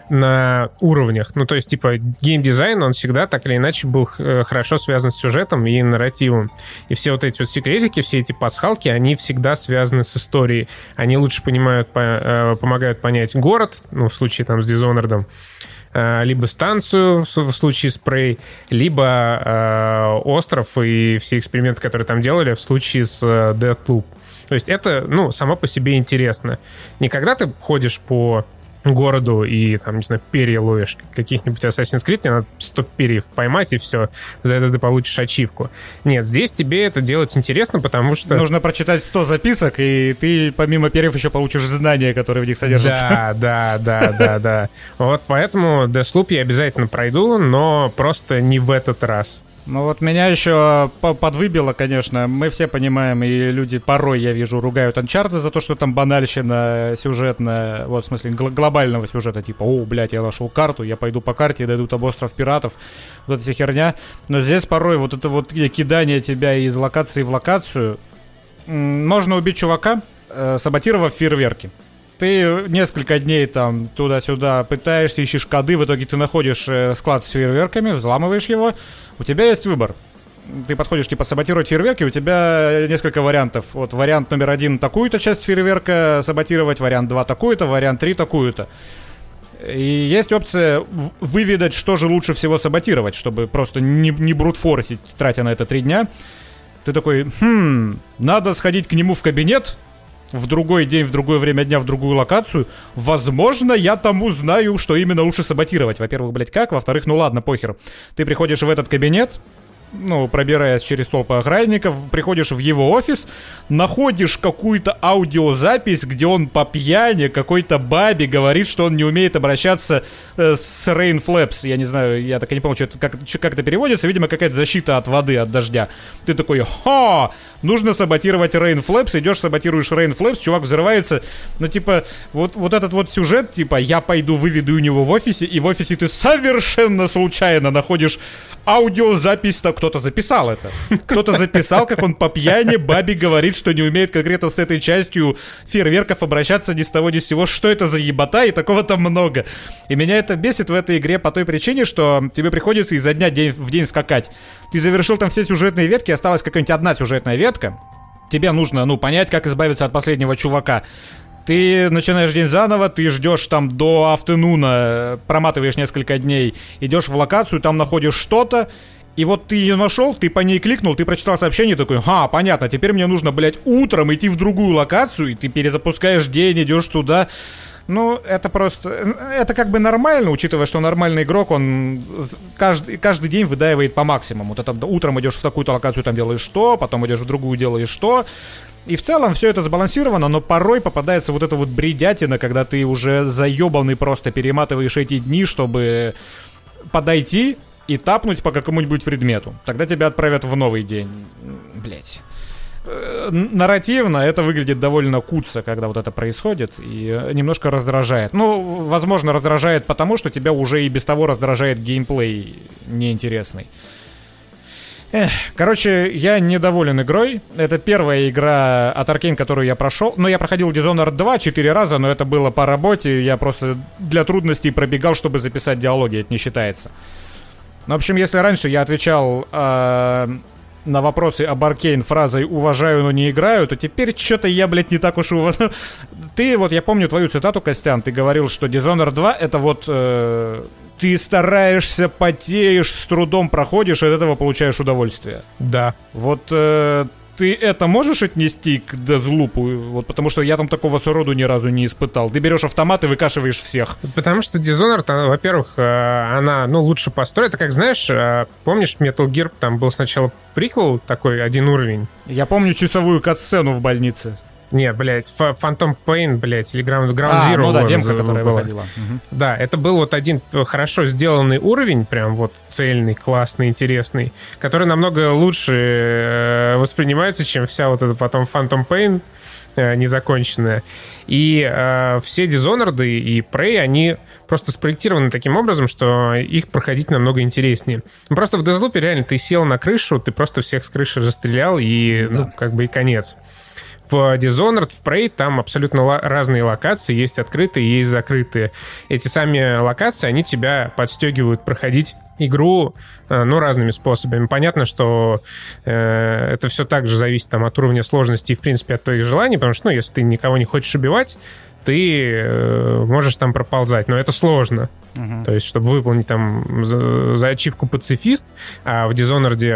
на уровнях. Ну, то есть, типа, геймдизайн, он всегда так или иначе был э, хорошо связан с сюжетом и нарративом. И все вот эти вот секретики, все эти пасхалки, они всегда связаны с историей. Они лучше понимают, по, э, помогают понять город, ну, в случае там с Dishonored, либо станцию в случае с Prey, либо э, остров и все эксперименты, которые там делали в случае с э, Deathloop. То есть это, ну, само по себе интересно. Не когда ты ходишь по городу и, там, не знаю, перья ловишь каких-нибудь Assassin's Creed, тебе надо сто перьев поймать, и все, за это ты получишь ачивку. Нет, здесь тебе это делать интересно, потому что... Нужно прочитать сто записок, и ты помимо перьев еще получишь знания, которые в них содержатся. Да, да, да, да, да. Вот поэтому Deathloop я обязательно пройду, но просто не в этот раз. Ну вот меня еще подвыбило, конечно. Мы все понимаем, и люди порой, я вижу, ругают Uncharted за то, что там банальщина сюжетная, вот в смысле гл- глобального сюжета, типа, о, блядь, я нашел карту, я пойду по карте, дойду там остров пиратов, вот эта вся херня. Но здесь порой вот это вот кидание тебя из локации в локацию. Можно убить чувака, э, саботировав фейерверки. Ты несколько дней там туда-сюда пытаешься, ищешь коды, в итоге ты находишь э, склад с фейерверками, взламываешь его. У тебя есть выбор. Ты подходишь, типа, саботировать фейерверки, у тебя несколько вариантов. Вот вариант номер один — такую-то часть фейерверка саботировать, вариант два — такую-то, вариант три — такую-то. И есть опция выведать, что же лучше всего саботировать, чтобы просто не, не брутфорсить, тратя на это три дня. Ты такой, хм, надо сходить к нему в кабинет, в другой день, в другое время дня, в другую локацию. Возможно, я там узнаю, что именно лучше саботировать. Во-первых, блядь, как? Во-вторых, ну ладно, похер. Ты приходишь в этот кабинет, ну, пробираясь через толпы охранников, приходишь в его офис, находишь какую-то аудиозапись, где он по пьяни какой-то бабе говорит, что он не умеет обращаться э, с Rain Flaps. Я не знаю, я так и не помню, что это, как, как это переводится. Видимо, какая-то защита от воды, от дождя. Ты такой, ха, нужно саботировать Rain Flaps. Идешь, саботируешь Rain Flaps, чувак взрывается. Ну, типа, вот, вот этот вот сюжет, типа, я пойду выведу у него в офисе, и в офисе ты совершенно случайно находишь аудиозапись, так кто-то записал это. Кто-то записал, как он по пьяни бабе говорит, что не умеет конкретно с этой частью фейерверков обращаться ни с того ни с сего. Что это за ебота? И такого там много. И меня это бесит в этой игре по той причине, что тебе приходится изо дня день в день скакать. Ты завершил там все сюжетные ветки, осталась какая-нибудь одна сюжетная ветка. Тебе нужно, ну, понять, как избавиться от последнего чувака. Ты начинаешь день заново, ты ждешь там до афтенуна, проматываешь несколько дней, идешь в локацию, там находишь что-то, и вот ты ее нашел, ты по ней кликнул, ты прочитал сообщение, такой, ха, понятно, теперь мне нужно, блядь, утром идти в другую локацию, и ты перезапускаешь день, идешь туда. Ну, это просто... Это как бы нормально, учитывая, что нормальный игрок, он каждый, каждый день выдаивает по максимуму. Ты там утром идешь в такую-то локацию, там делаешь что, потом идешь в другую, делаешь что. И в целом все это сбалансировано, но порой попадается вот эта вот бредятина, когда ты уже заебанный просто перематываешь эти дни, чтобы подойти и тапнуть по какому-нибудь предмету. Тогда тебя отправят в новый день. Блять. Нарративно это выглядит довольно куцо, когда вот это происходит, и немножко раздражает. Ну, возможно, раздражает потому, что тебя уже и без того раздражает геймплей неинтересный. Эх, короче, я недоволен игрой. Это первая игра от Arkane, которую я прошел. Но я проходил Dishonored два четыре раза, но это было по работе. Я просто для трудностей пробегал, чтобы записать диалоги. Это не считается. Ну, в общем, если раньше я отвечал э, на вопросы об Arkane фразой «уважаю, но не играю», то теперь что-то я, блядь, не так уж уважаю. Ты, вот я помню твою цитату, Костян. Ты говорил, что Dishonored два это вот... Э, ты стараешься, потеешь, с трудом проходишь, и от этого получаешь удовольствие. Да. Вот э, ты это можешь отнести к Deathloop? Вот потому что я там такого сроду ни разу не испытал. Ты берешь автомат и выкашиваешь всех. Потому что Dishonored, она, во-первых, она, ну, лучше построена. Это как, знаешь, помнишь, Metal Gear, там был сначала приквел такой, один уровень. Я помню часовую кат-сцену в больнице. Нет, блядь, Phantom Pain, блядь, или Ground, Ground а, Zero. Ну да, демка, которая была. выходила. Угу. Да, это был вот один хорошо сделанный уровень, прям вот цельный, классный, интересный, который намного лучше э, воспринимается, чем вся вот эта потом Phantom Pain э, незаконченная. И э, все Dishonored и Prey, они просто спроектированы таким образом, что их проходить намного интереснее. Просто в Deathloop реально ты сел на крышу, ты просто всех с крыши расстрелял, и, да. ну, как бы и конец. В Dishonored, в Prey там абсолютно л- разные локации, есть открытые, есть закрытые. Эти сами локации, они тебя подстегивают проходить игру, э, ну, разными способами. Понятно, что э, это все так же зависит там, от уровня сложности и, в принципе, от твоих желаний, потому что, ну, если ты никого не хочешь убивать, ты э, можешь там проползать, но это сложно. Uh-huh. То есть, чтобы выполнить там за, за ачивку пацифист, а в Dishonored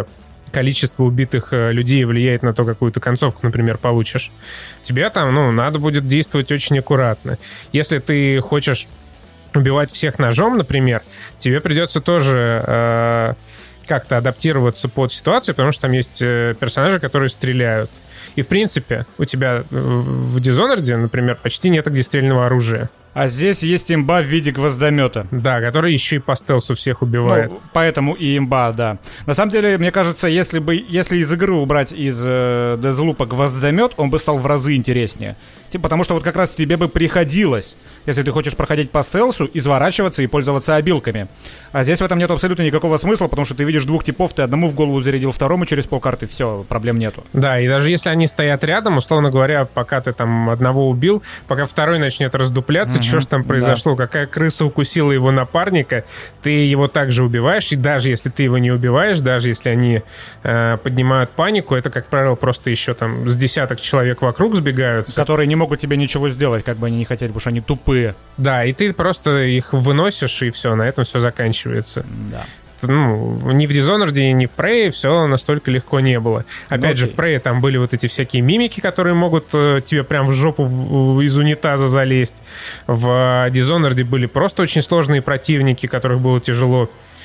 количество убитых людей влияет на то, какую ты концовку, например, получишь. Тебе там, ну, надо будет действовать очень аккуратно. Если ты хочешь убивать всех ножом, например, тебе придется тоже э, как-то адаптироваться под ситуацию, потому что там есть персонажи, которые стреляют. И, в принципе, у тебя в Dishonored, например, почти нет огнестрельного оружия. А здесь есть имба в виде гвоздомета. Да, который еще и по стелсу всех убивает. Ну, поэтому и имба, да. На самом деле, мне кажется, если бы если из игры убрать из э, Deathloop гвоздомет, он бы стал в разы интереснее. Типа, потому что вот как раз тебе бы приходилось, если ты хочешь проходить по стелсу, изворачиваться и пользоваться обилками. А здесь в этом нет абсолютно никакого смысла, потому что ты видишь двух типов, ты одному в голову зарядил, второму через полкарты, все, проблем нету. Да, и даже если они стоят рядом, условно говоря, пока ты там одного убил, пока второй начнет раздупляться, mm-hmm. что ж там произошло, да. Какая крыса укусила его напарника, ты его также убиваешь, и даже если ты его не убиваешь, даже если они э, поднимают панику, это, как правило, просто еще там с десяток человек вокруг сбегаются. Которые не могут тебе ничего сделать, как бы они не хотели, потому что они тупые. Да, и ты просто их выносишь, и все, на этом все заканчивается. Да. Ну, ни в Dishonored, ни в Prey все настолько легко не было. Опять ну, же, в Prey там были вот эти всякие мимики, которые могут э, тебе прям в жопу в, в, из унитаза залезть. В Dishonored были просто очень сложные противники, которых было тяжело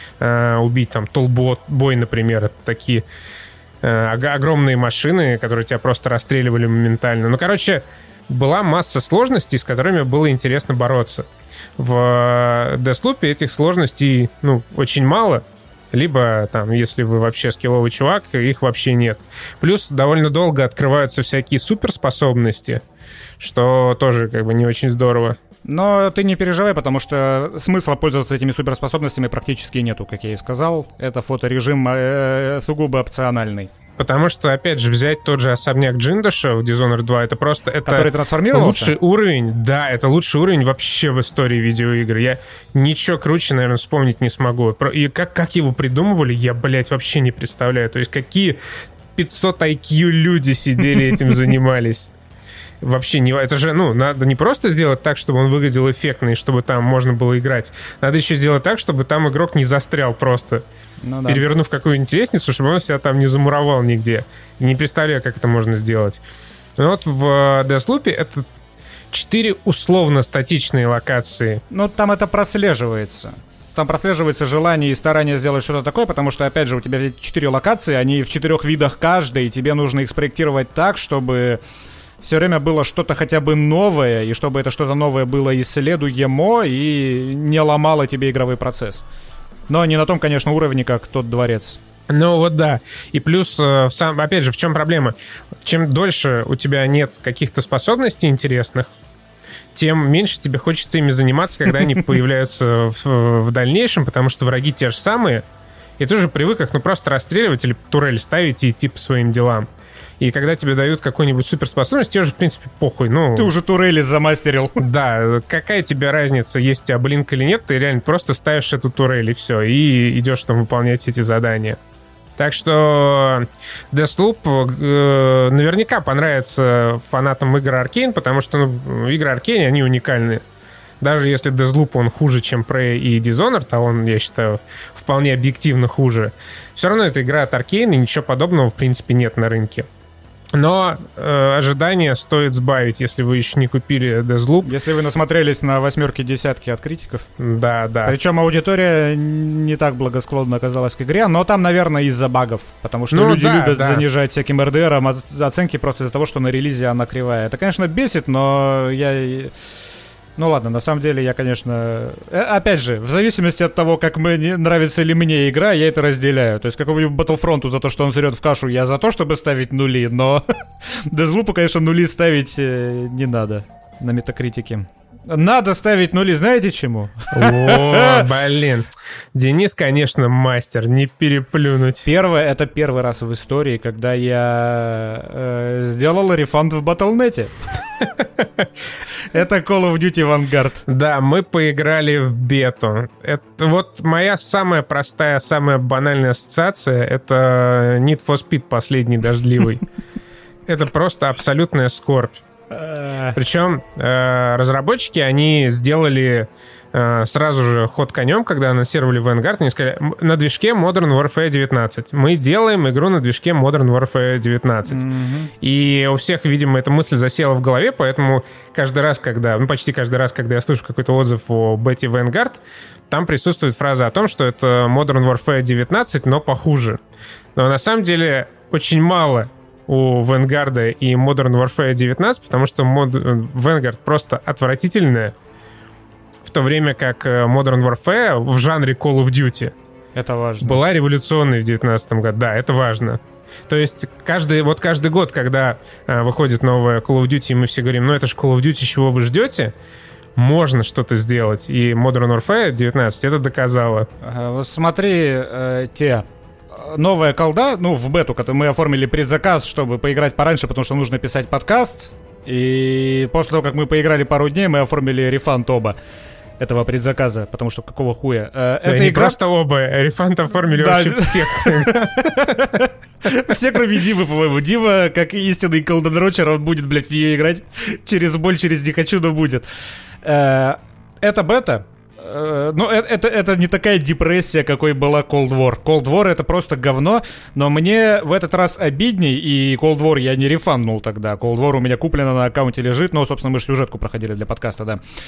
э, убить. Там Толбой, например, это такие э, огромные машины, которые тебя просто расстреливали моментально. Ну, короче, была масса сложностей, с которыми было интересно бороться. В Deathloop этих сложностей, ну, очень мало. Либо, там, если вы вообще скилловый чувак, их вообще нет. Плюс довольно долго открываются всякие суперспособности, что тоже как бы не очень здорово. Но ты не переживай, потому что смысла пользоваться этими суперспособностями практически нету, как я и сказал. Это фоторежим э, сугубо опциональный. Потому что, опять же, взять тот же особняк Джиндоша в Dishonored два, это просто... Это который трансформировался? Лучший уровень, да, это лучший уровень вообще в истории видеоигр. Я ничего круче, наверное, вспомнить не смогу. И как, как его придумывали, я, блядь, вообще не представляю. То есть какие пятьсот ай кью люди сидели этим занимались. Вообще не... Это же, ну, надо не просто сделать так, чтобы он выглядел эффектно, и чтобы там можно было играть. Надо еще сделать так, чтобы там игрок не застрял просто. Ну, да. Перевернув какую-нибудь лестницу, чтобы он себя там не замуровал нигде. Не представляю, как это можно сделать. Но вот в Deathloop это четыре условно статичные локации. Ну, там это прослеживается. Там прослеживается желание и старание сделать что-то такое, потому что, опять же, у тебя четыре локации, они в четырех видах каждая, и тебе нужно их спроектировать так, чтобы все время было что-то хотя бы новое, и чтобы это что-то новое было исследуемо и не ломало тебе игровой процесс. Но не на том, конечно, уровне, как тот дворец. Ну вот да. И плюс, опять же, в чем проблема? Чем дольше у тебя нет каких-то способностей интересных, тем меньше тебе хочется ими заниматься, когда они появляются в, в дальнейшем, потому что враги те же самые, и ты уже привык их ну, просто расстреливать или турель ставить и идти по своим делам. И когда тебе дают какую-нибудь суперспособность, тебе уже, в принципе, похуй. Ну, ты уже турели замастерил. Да, какая тебе разница, есть у тебя блинк или нет, ты реально просто ставишь эту турель и все, и идешь там выполнять эти задания. Так что Deathloop э, наверняка понравится фанатам игр Arkane, потому что ну, игры Arkane, они уникальны. Даже если Deathloop, он хуже, чем Prey и Dishonored, а он, я считаю, вполне объективно хуже, все равно это игра от Arkane, и ничего подобного, в принципе, нет на рынке. Но э, ожидания стоит сбавить, если вы еще не купили Deathloop. Если вы насмотрелись на восьмерки-десятки от критиков. Да, да. Причем аудитория не так благосклонна оказалась к игре, но там, наверное, из-за багов. Потому что ну, люди да, любят да. занижать всяким эр ди эр-ом оценки просто из-за того, что на релизе она кривая. Это, конечно, бесит, но я... Ну ладно, на самом деле я, конечно... Опять же, в зависимости от того, как мне нравится ли мне игра, я это разделяю. То есть какому-нибудь Battlefront'у за то, что он сырет в кашу, я за то, чтобы ставить нули, но Deathloop'у, конечно, нули ставить не надо на метакритике. Надо ставить нули, знаете чему? О, блин. Денис, конечно, мастер, не переплюнуть. Первое, это первый раз в истории, когда я э, сделал рефанд в батл точка нет. Это Call of Duty Vanguard. Да, мы поиграли в бету. Это вот моя самая простая, самая банальная ассоциация — это Need for Speed последний дождливый. Это просто абсолютная скорбь. Причем э, разработчики, они сделали э, сразу же ход конем, когда анонсировали Vanguard, они сказали, на движке Modern Warfare девятнадцать. Мы делаем игру на движке Modern Warfare девятнадцать. Mm-hmm. И у всех, видимо, эта мысль засела в голове, поэтому каждый раз, когда, ну почти каждый раз, когда я слышу какой-то отзыв о бете Vanguard, там присутствует фраза о том, что это Modern Warfare девятнадцать, но похуже. Но на самом деле очень мало у Vanguard и Modern Warfare девятнадцать, потому что мод... Vanguard просто отвратительная, в то время как Modern Warfare в жанре Call of Duty это важно. Была революционной в девятнадцатом году. Да, это важно. То есть каждый, вот каждый год, когда а, выходит новая Call of Duty, и мы все говорим, ну это же Call of Duty, чего вы ждете? Можно что-то сделать. И Modern Warfare девятнадцать это доказала. Ага, вот смотри, э, те... Новая колда, ну, в бету, которую мы оформили предзаказ, чтобы поиграть пораньше, потому что нужно писать подкаст. И после того, как мы поиграли пару дней, мы оформили рефанд оба этого предзаказа, потому что какого хуя? Э, это не игра... просто оба, рефанд оформили да. вообще всех. Все, кроме Димы, по-моему. Дима, как истинный колденрочер, он будет, блядь, в нее играть через боль, через не хочу, но будет. Это бета. Ну, это, это, это не такая депрессия, какой была Cold War. Cold War это просто говно, но мне в этот раз обидней, и Cold War я не рефанднул тогда. Cold War у меня куплено на аккаунте лежит, но, собственно, мы же сюжетку проходили для подкаста,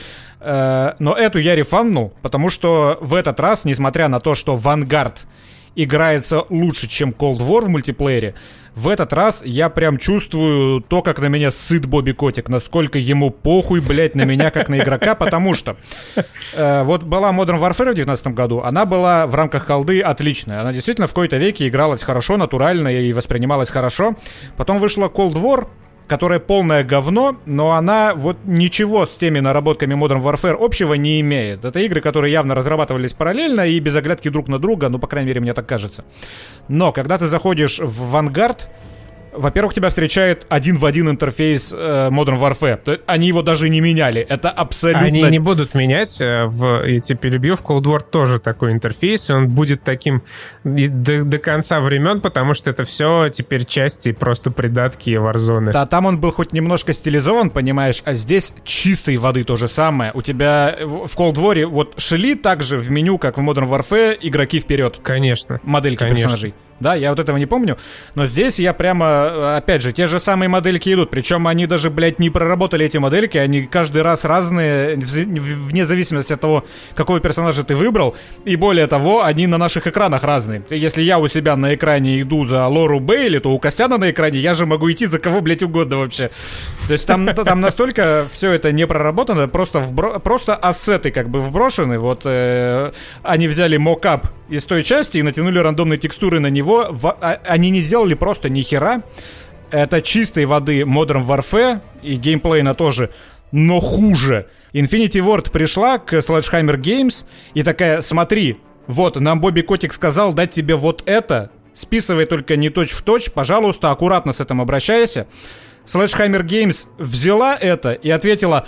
да. Но эту я рефанднул, потому что в этот раз, несмотря на то, что Vanguard играется лучше, чем Cold War в мультиплеере, в этот раз я прям чувствую то, как на меня сыт Бобби Котик, насколько ему похуй, блять, на меня, как на игрока, потому что э, вот была Modern Warfare в девятнадцатом году, она была в рамках колды отличная, она действительно в какой-то веке игралась хорошо, натурально и воспринималась хорошо. Потом вышла Cold War, которая полное говно, но она вот ничего с теми наработками Modern Warfare общего не имеет. Это игры, которые явно разрабатывались параллельно и без оглядки друг на друга, ну, по крайней мере, мне так кажется. Но когда ты заходишь в Vanguard, во-первых, тебя встречает один в один интерфейс э, Modern Warfare. Они его даже не меняли. Это абсолютно... Они не будут менять. В, я тебя перебью, в Cold War тоже такой интерфейс, и он будет таким до, до конца времен, потому что это все теперь части просто придатки Warzone. Да, там он был хоть немножко стилизован, понимаешь, а здесь чистой воды то же самое. У тебя в Cold War вот шли также в меню, как в Modern Warfare, игроки вперед. Конечно. Модельки Конечно. персонажей. Да, я вот этого не помню, но здесь я прямо, опять же, те же самые модельки идут, причем они даже, блядь, не проработали эти модельки, они каждый раз разные, вне зависимости от того, какого персонажа ты выбрал, и более того, они на наших экранах разные. Если я у себя на экране иду за Лору Бейли, то у Костяна на экране я же могу идти за кого, блядь, угодно вообще. То есть там, там настолько все это не проработано, просто, вбро- просто ассеты как бы вброшены, вот э, они взяли мокап из той части и натянули рандомные текстуры на него. В, а, они не сделали просто ни хера. Это чистой воды Modern Warfare, и геймплейно тоже, но хуже. Infinity Ward пришла к Sledgehammer Games и такая: смотри, вот, нам Бобби Котик сказал дать тебе вот это, списывай только не точь в точь, пожалуйста, аккуратно с этим обращайся. Sledgehammer Games взяла это и ответила: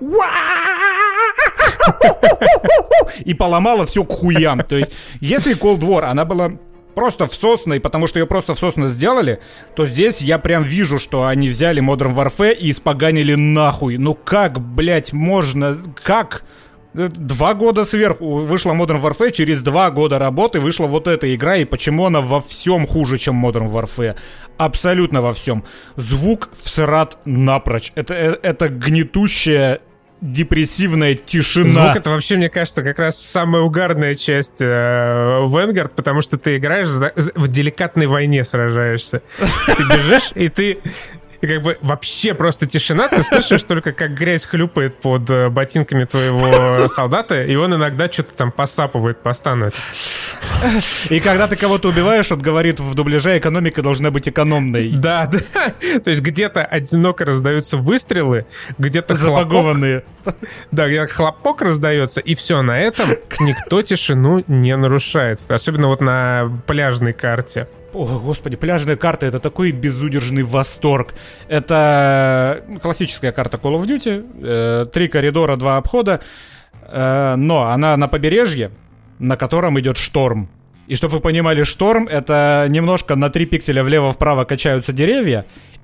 и поломала все к хуям. То есть, если Cold War, она была просто всосной, потому что ее просто всосно сделали, то здесь я прям вижу, что они взяли Modern Warfare и испоганили нахуй. Ну как, блять, можно? Как? Два года сверху вышла Modern Warfare, через два года работы вышла вот эта игра, и почему она во всем хуже, чем Modern Warfare? Абсолютно во всем. Звук всрат напрочь. Это, это гнетущая, депрессивная тишина. Звук — это вообще, мне кажется, как раз самая угарная часть э, Vanguard, потому что ты играешь в деликатной войне, сражаешься. Ты бежишь, и ты... И как бы вообще просто тишина, ты слышишь только, как грязь хлюпает под э, ботинками твоего солдата, и он иногда что-то там посапывает, постанует. И когда ты кого-то убиваешь, он говорит в дубляже: экономика должна быть экономной. Да, да. То есть где-то одиноко раздаются выстрелы, где-то забагованные. Хлопок. Да, где-то хлопок раздается, и все, на этом никто тишину не нарушает. Особенно вот на пляжной карте. О, господи, пляжная карта — это такой безудержный восторг. Это классическая карта Call of Duty. Э, три коридора, два обхода. Э, но она на побережье, на котором идет шторм. И чтобы вы понимали, шторм — это немножко на три пикселя влево-вправо качаются деревья,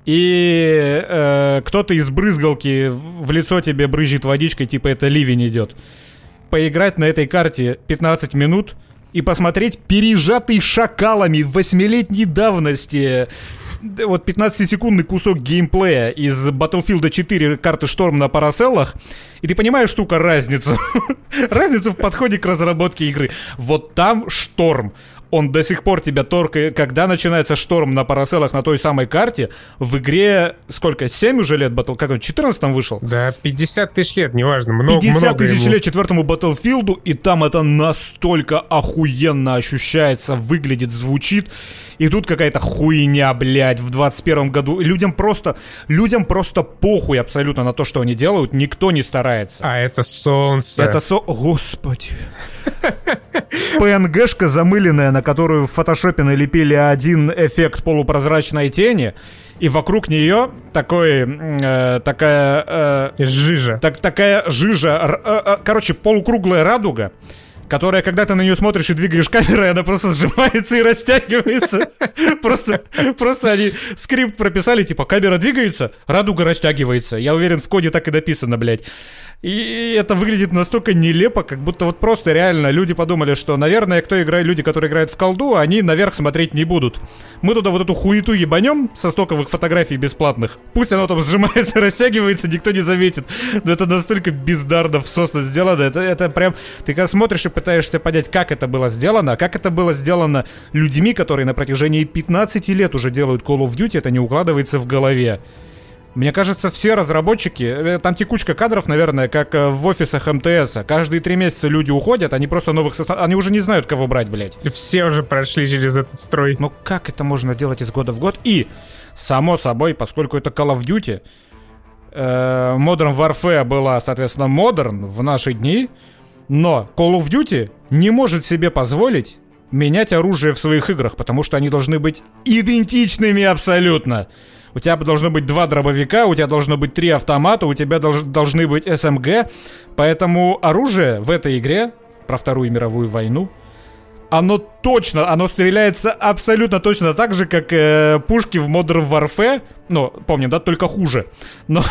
и э, кто-то из брызгалки в лицо тебе брызжет водичкой, типа это ливень идет. Поиграть на этой карте пятнадцать минут и посмотреть пережатый шакалами восьмилетней давности вот пятнадцатисекундный кусок геймплея из Battlefield четыре карты «Шторм» на Параселлах, и ты понимаешь, штука, разницу. Разницу в подходе к разработке игры. Вот там «Шторм». Он до сих пор тебя торкает. Когда начинается «Шторм» на Параселлах на той самой карте, в игре сколько, семь уже лет Battle... Как он, в четырнадцатом вышел? Да, пятьдесят тысяч лет, неважно, много, пятьдесят много тысяч ему. лет четвертому Battlefield, и там это настолько охуенно ощущается, выглядит, звучит. И тут какая-то хуйня, блядь, в двадцать первом году. Людям просто, людям просто похуй абсолютно на то, что они делают. Никто не старается. А это солнце. Это со... Господи. пэ эн гэшка замыленная, на которую в фотошопе налепили один эффект полупрозрачной тени, и вокруг нее такой, э, такая... Э, жижа. Так, такая жижа. Э, э, короче, полукруглая радуга, которая, когда ты на нее смотришь и двигаешь камерой, она просто сжимается и растягивается. Просто, просто они скрипт прописали, типа, камера двигается, радуга растягивается. Я уверен, в коде так и написано, блядь. И это выглядит настолько нелепо, как будто вот просто реально люди подумали, что, наверное, кто играет, люди, которые играют в колду, они наверх смотреть не будут. Мы туда вот эту хуету ебанем со стоковых фотографий бесплатных. Пусть оно там сжимается, растягивается, никто не заметит. Но это настолько бездарно всосно сделано. Это, это прям... Ты когда смотришь и пытаешься понять, как это было сделано, как это было сделано людьми, которые на протяжении пятнадцати лет уже делают Call of Duty, это не укладывается в голове. Мне кажется, все разработчики, там текучка кадров, наверное, как в офисах эм тэ эс. Каждые три месяца люди уходят, они просто новых состав... Они уже не знают, кого брать, блядь. Все уже прошли через этот строй. Ну как это можно делать из года в год? И, само собой, поскольку это Call of Duty, э, Modern Warfare была, соответственно, Modern в наши дни, но Call of Duty не может себе позволить менять оружие в своих играх, потому что они должны быть идентичными абсолютно. У тебя должно быть два дробовика, у тебя должно быть три автомата, у тебя долж, должны быть эс эм гэ. Поэтому оружие в этой игре про Вторую мировую войну, оно точно, оно стреляется абсолютно точно так же, как э, пушки в Modern Warfare. Ну, помним, да, только хуже. Но...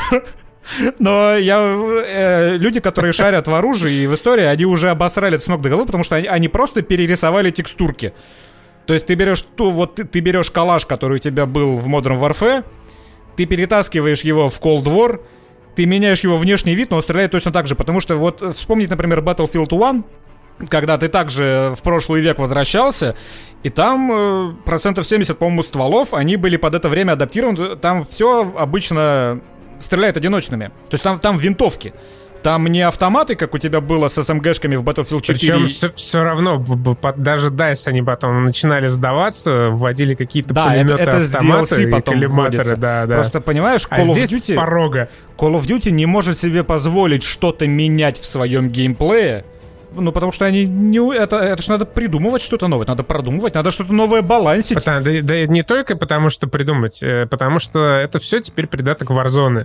Но я, э, люди, которые шарят в оружии и в истории, они уже обосрали это с ног до головы, потому что они, они просто перерисовали текстурки. То есть ты берешь ту, вот ты, ты берешь калаш, который у тебя был в Modern Warfare, ты перетаскиваешь его в Cold War, ты меняешь его внешний вид, но он стреляет точно так же. Потому что вот вспомнить, например, Battlefield один, когда ты также в прошлый век возвращался, и там э, процентов семьдесят, по-моему, стволов, они были под это время адаптированы. Там все обычно стреляет одиночными. То есть там, там винтовки. Там не автоматы, как у тебя было с эс эм гэшками в Battlefield четыре. Причем все, все равно, даже дайс они потом начинали сдаваться, вводили какие-то да, пулеметы, это, это автоматы и коллиматоры. Да, да. Просто понимаешь, Call а of здесь Duty, с порога. Call of Duty не может себе позволить что-то менять в своем геймплее. Ну, потому что они не... Это, это же надо придумывать что-то новое, надо продумывать, надо что-то новое балансить. Потому, да, да не только потому, что придумать, потому что это все теперь придаток Warzone.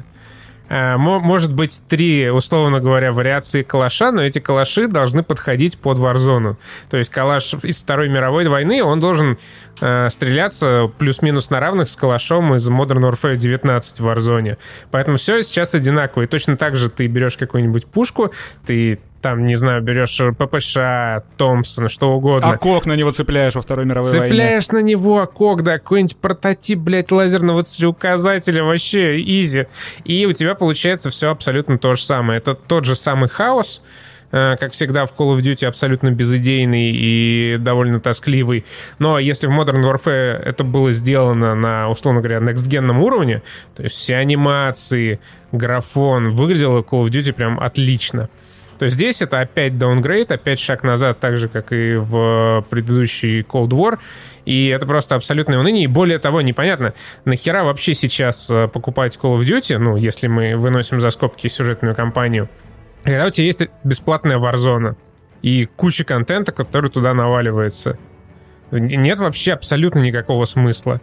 Может быть, три, условно говоря, вариации калаша, но эти калаши должны подходить под Warzone. То есть калаш из Второй мировой войны, он должен э, стреляться плюс-минус на равных с калашом из Modern Warfare девятнадцать в Warzone. Поэтому все сейчас одинаково. И точно так же ты берешь какую-нибудь пушку, ты там, не знаю, берешь пэ пэ ша, Томпсон, что угодно. А кок на него цепляешь во Второй мировой цепляешь войне. Цепляешь на него а кок, да, какой-нибудь прототип, блядь, лазерного целеуказателя, вообще изи. И у тебя получается все абсолютно то же самое. Это тот же самый хаос, как всегда в Call of Duty, абсолютно безыдейный и довольно тоскливый. Но если в Modern Warfare это было сделано на, условно говоря, next-генном уровне, то есть все анимации, графон, выглядело Call of Duty прям отлично. То есть здесь это опять даунгрейд, опять шаг назад, так же, как и в предыдущий Cold War. И это просто абсолютное уныние. И более того, непонятно, нахера вообще сейчас покупать Call of Duty, ну, если мы выносим за скобки сюжетную кампанию, когда у тебя есть бесплатная Warzone и куча контента, который туда наваливается. Нет вообще абсолютно никакого смысла.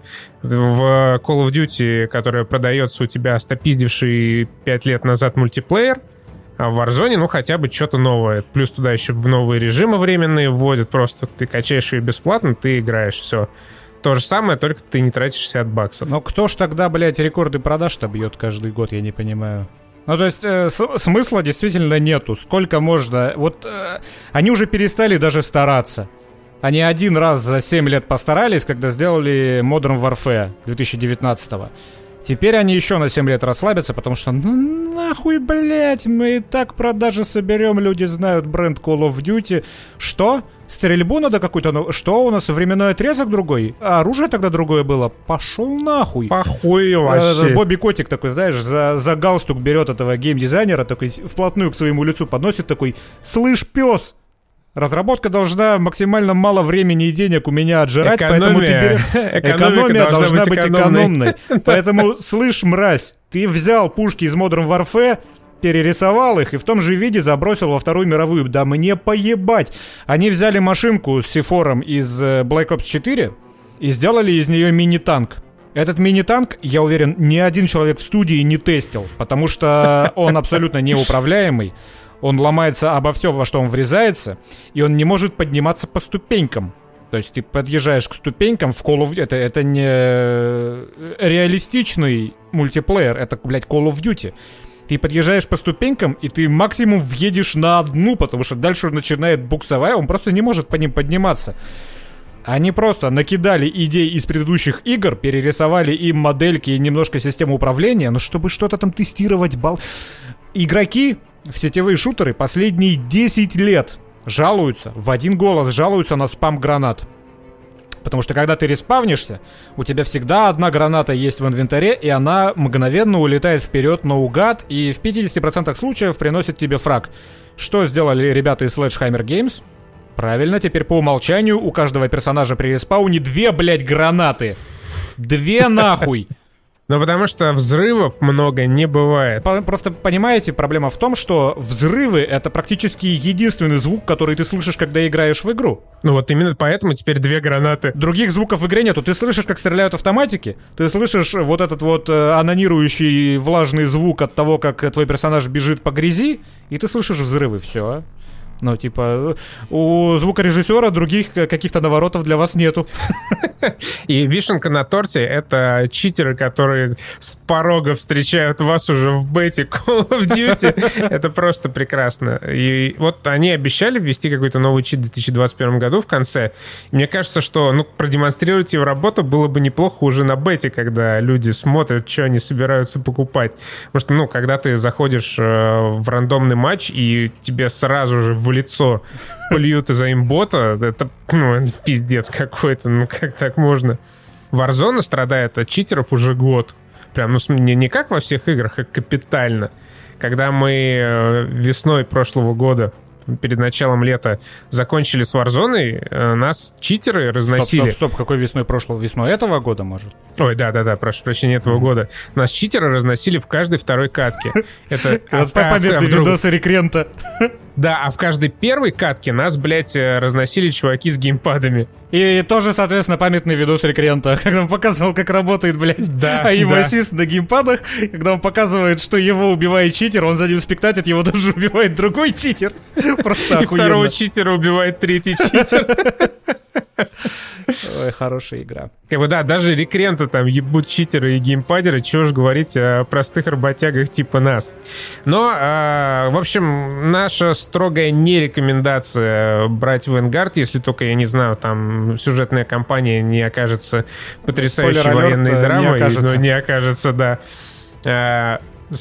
В Call of Duty, которая продается у тебя стопиздивший пять лет назад мультиплеер, а в Warzone, ну, хотя бы что-то новое. Плюс туда еще в новые режимы временные вводят. Просто ты качаешь ее бесплатно, ты играешь, все. то же самое, только ты не тратишь шестьдесят баксов. Но кто ж тогда, блядь, рекорды продаж-то бьет каждый год, я не понимаю. Ну, то есть, э, с- смысла действительно нету. Сколько можно... Вот э, они уже перестали даже стараться. Они один раз за семь лет постарались, когда сделали Modern Warfare две тысячи девятнадцатого. Теперь они еще на семь лет расслабятся, потому что, ну нахуй, блять, мы и так продажи соберем, люди знают бренд Call of Duty. Что? Стрельбу надо какую-то... Ну, что, у нас временной отрезок другой? А оружие тогда другое было? Пошел нахуй. Похуй вообще. Бобби Котик такой, знаешь, за, за галстук берет этого геймдизайнера, такой вплотную к своему лицу подносит, такой: слышь, пес, разработка должна максимально мало времени и денег у меня отжирать, экономия. Поэтому ты берешь... Экономия должна, должна быть экономной. экономной. Поэтому, слышь, мразь, ты взял пушки из Modern Warfare, перерисовал их и в том же виде забросил во Вторую мировую. Да мне поебать. Они взяли машинку с Сифором из Black Ops четыре и сделали из нее мини-танк. Этот мини-танк, я уверен, ни один человек в студии не тестил, потому что он абсолютно неуправляемый. Он ломается обо все, во что он врезается, и он не может подниматься по ступенькам. То есть ты подъезжаешь к ступенькам в Call of Duty. Это, это не реалистичный мультиплеер, это, блядь, Call of Duty. Ты подъезжаешь по ступенькам, и ты максимум въедешь на одну, потому что дальше начинает буксовать, он просто не может по ним подниматься. Они просто накидали идей из предыдущих игр, перерисовали им модельки и немножко систему управления, но чтобы что-то там тестировать, бал... Игроки в сетевые шутеры последние десять лет жалуются, в один голос жалуются на спам гранат. Потому что когда ты респавнишься, у тебя всегда одна граната есть в инвентаре, и она мгновенно улетает вперед наугад, и в пятьдесят процентов случаев приносит тебе фраг. Что сделали ребята из Sledgehammer Games? Правильно, теперь по умолчанию у каждого персонажа при респауне две, блядь, гранаты. Две нахуй. Ну, потому что взрывов много не бывает. Просто, понимаете, проблема в том, что взрывы — это практически единственный звук, который ты слышишь, когда играешь в игру. Ну вот именно поэтому теперь две гранаты. Других звуков в игре нету. Ты слышишь, как стреляют автоматики, ты слышишь вот этот вот э, анонирующий влажный звук от того, как твой персонаж бежит по грязи, и ты слышишь взрывы. Все. Ну, типа, у звукорежиссера других каких-то наворотов для вас нету. И вишенка на торте — это читеры, которые с порога встречают вас уже в бете Call of Duty. Это просто прекрасно. И вот они обещали ввести какой-то новый чит в две тысячи двадцать первом году в конце. И мне кажется, что, ну, продемонстрировать его работу было бы неплохо уже на бете, когда люди смотрят, что они собираются покупать. Потому что, ну, когда ты заходишь э, в рандомный матч, и тебе сразу же в лицо польют из-за имбота, это, ну, это пиздец какой-то, ну как так можно? Warzone страдает от читеров уже год. Прям, ну, не, не как во всех играх, а капитально. Когда мы весной прошлого года, перед началом лета, закончили с Warzone, нас читеры разносили. Стоп, стоп, стоп, какой весной прошлого? Весной этого года, может? Ой, да-да-да, прошу прощения, этого mm-hmm. года. Нас читеры разносили в каждой второй катке. Это победный видосы рекрента. Да, а в каждой первой катке нас, блядь, разносили чуваки с геймпадами. И тоже, соответственно, памятный видос рекрента, когда он показывал, как работает, блядь, да, а его да. ассист на геймпадах, когда он показывает, что его убивает читер, он за ним спектатит, его даже убивает другой читер. Просто охуенно. И второго читера убивает третий читер. Ой, хорошая игра. Как бы да, даже рекренты там ебут читеры и геймпадеры, чего ж говорить о простых работягах типа нас. Но, э, в общем, наша строгая нерекомендация брать Vanguard, если только, я не знаю, там сюжетная кампания не окажется потрясающей военной драмой, но не окажется, да. Э,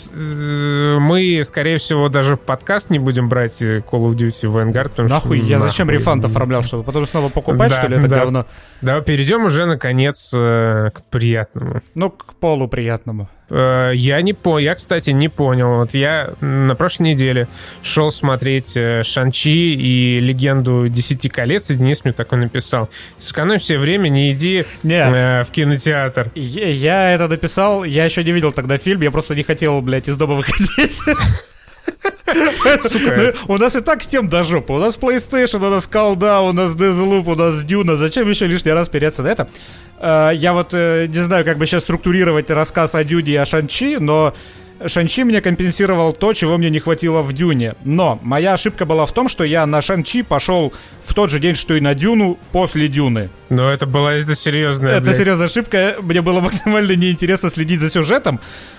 мы, скорее всего, даже в подкаст не будем брать Call of Duty Vanguard. Нахуй, я нахуй. Зачем рефанд оформлял, чтобы потом снова покупать, да, что ли, это да. говно? Давай перейдем уже, наконец, к приятному. Ну, к полуприятному. Я не понял, я, кстати, не понял. Вот я на прошлой неделе шел смотреть Шан-Чи и Легенду Десяти колец, и Денис мне такой написал: сэкономь все время, не иди э, в кинотеатр. Я, я это написал, я еще не видел тогда фильм, я просто не хотел, блядь, из дома выходить. Сука. У нас и так тем до жопы. У нас PlayStation, у нас колда, у нас Deathloop, у нас Дюна. Зачем еще лишний раз переться на это? Я вот не знаю, как бы сейчас структурировать рассказ о Дюне и о Шан-Чи, но Шан-Чи мне компенсировал то, чего мне не хватило в Дюне. Но моя ошибка была в том, что я на Шан-Чи пошел в тот же день, что и на Дюну, после Дюны. Но это была это серьезная, Это блядь. серьезная ошибка. Мне было максимально неинтересно следить за сюжетом,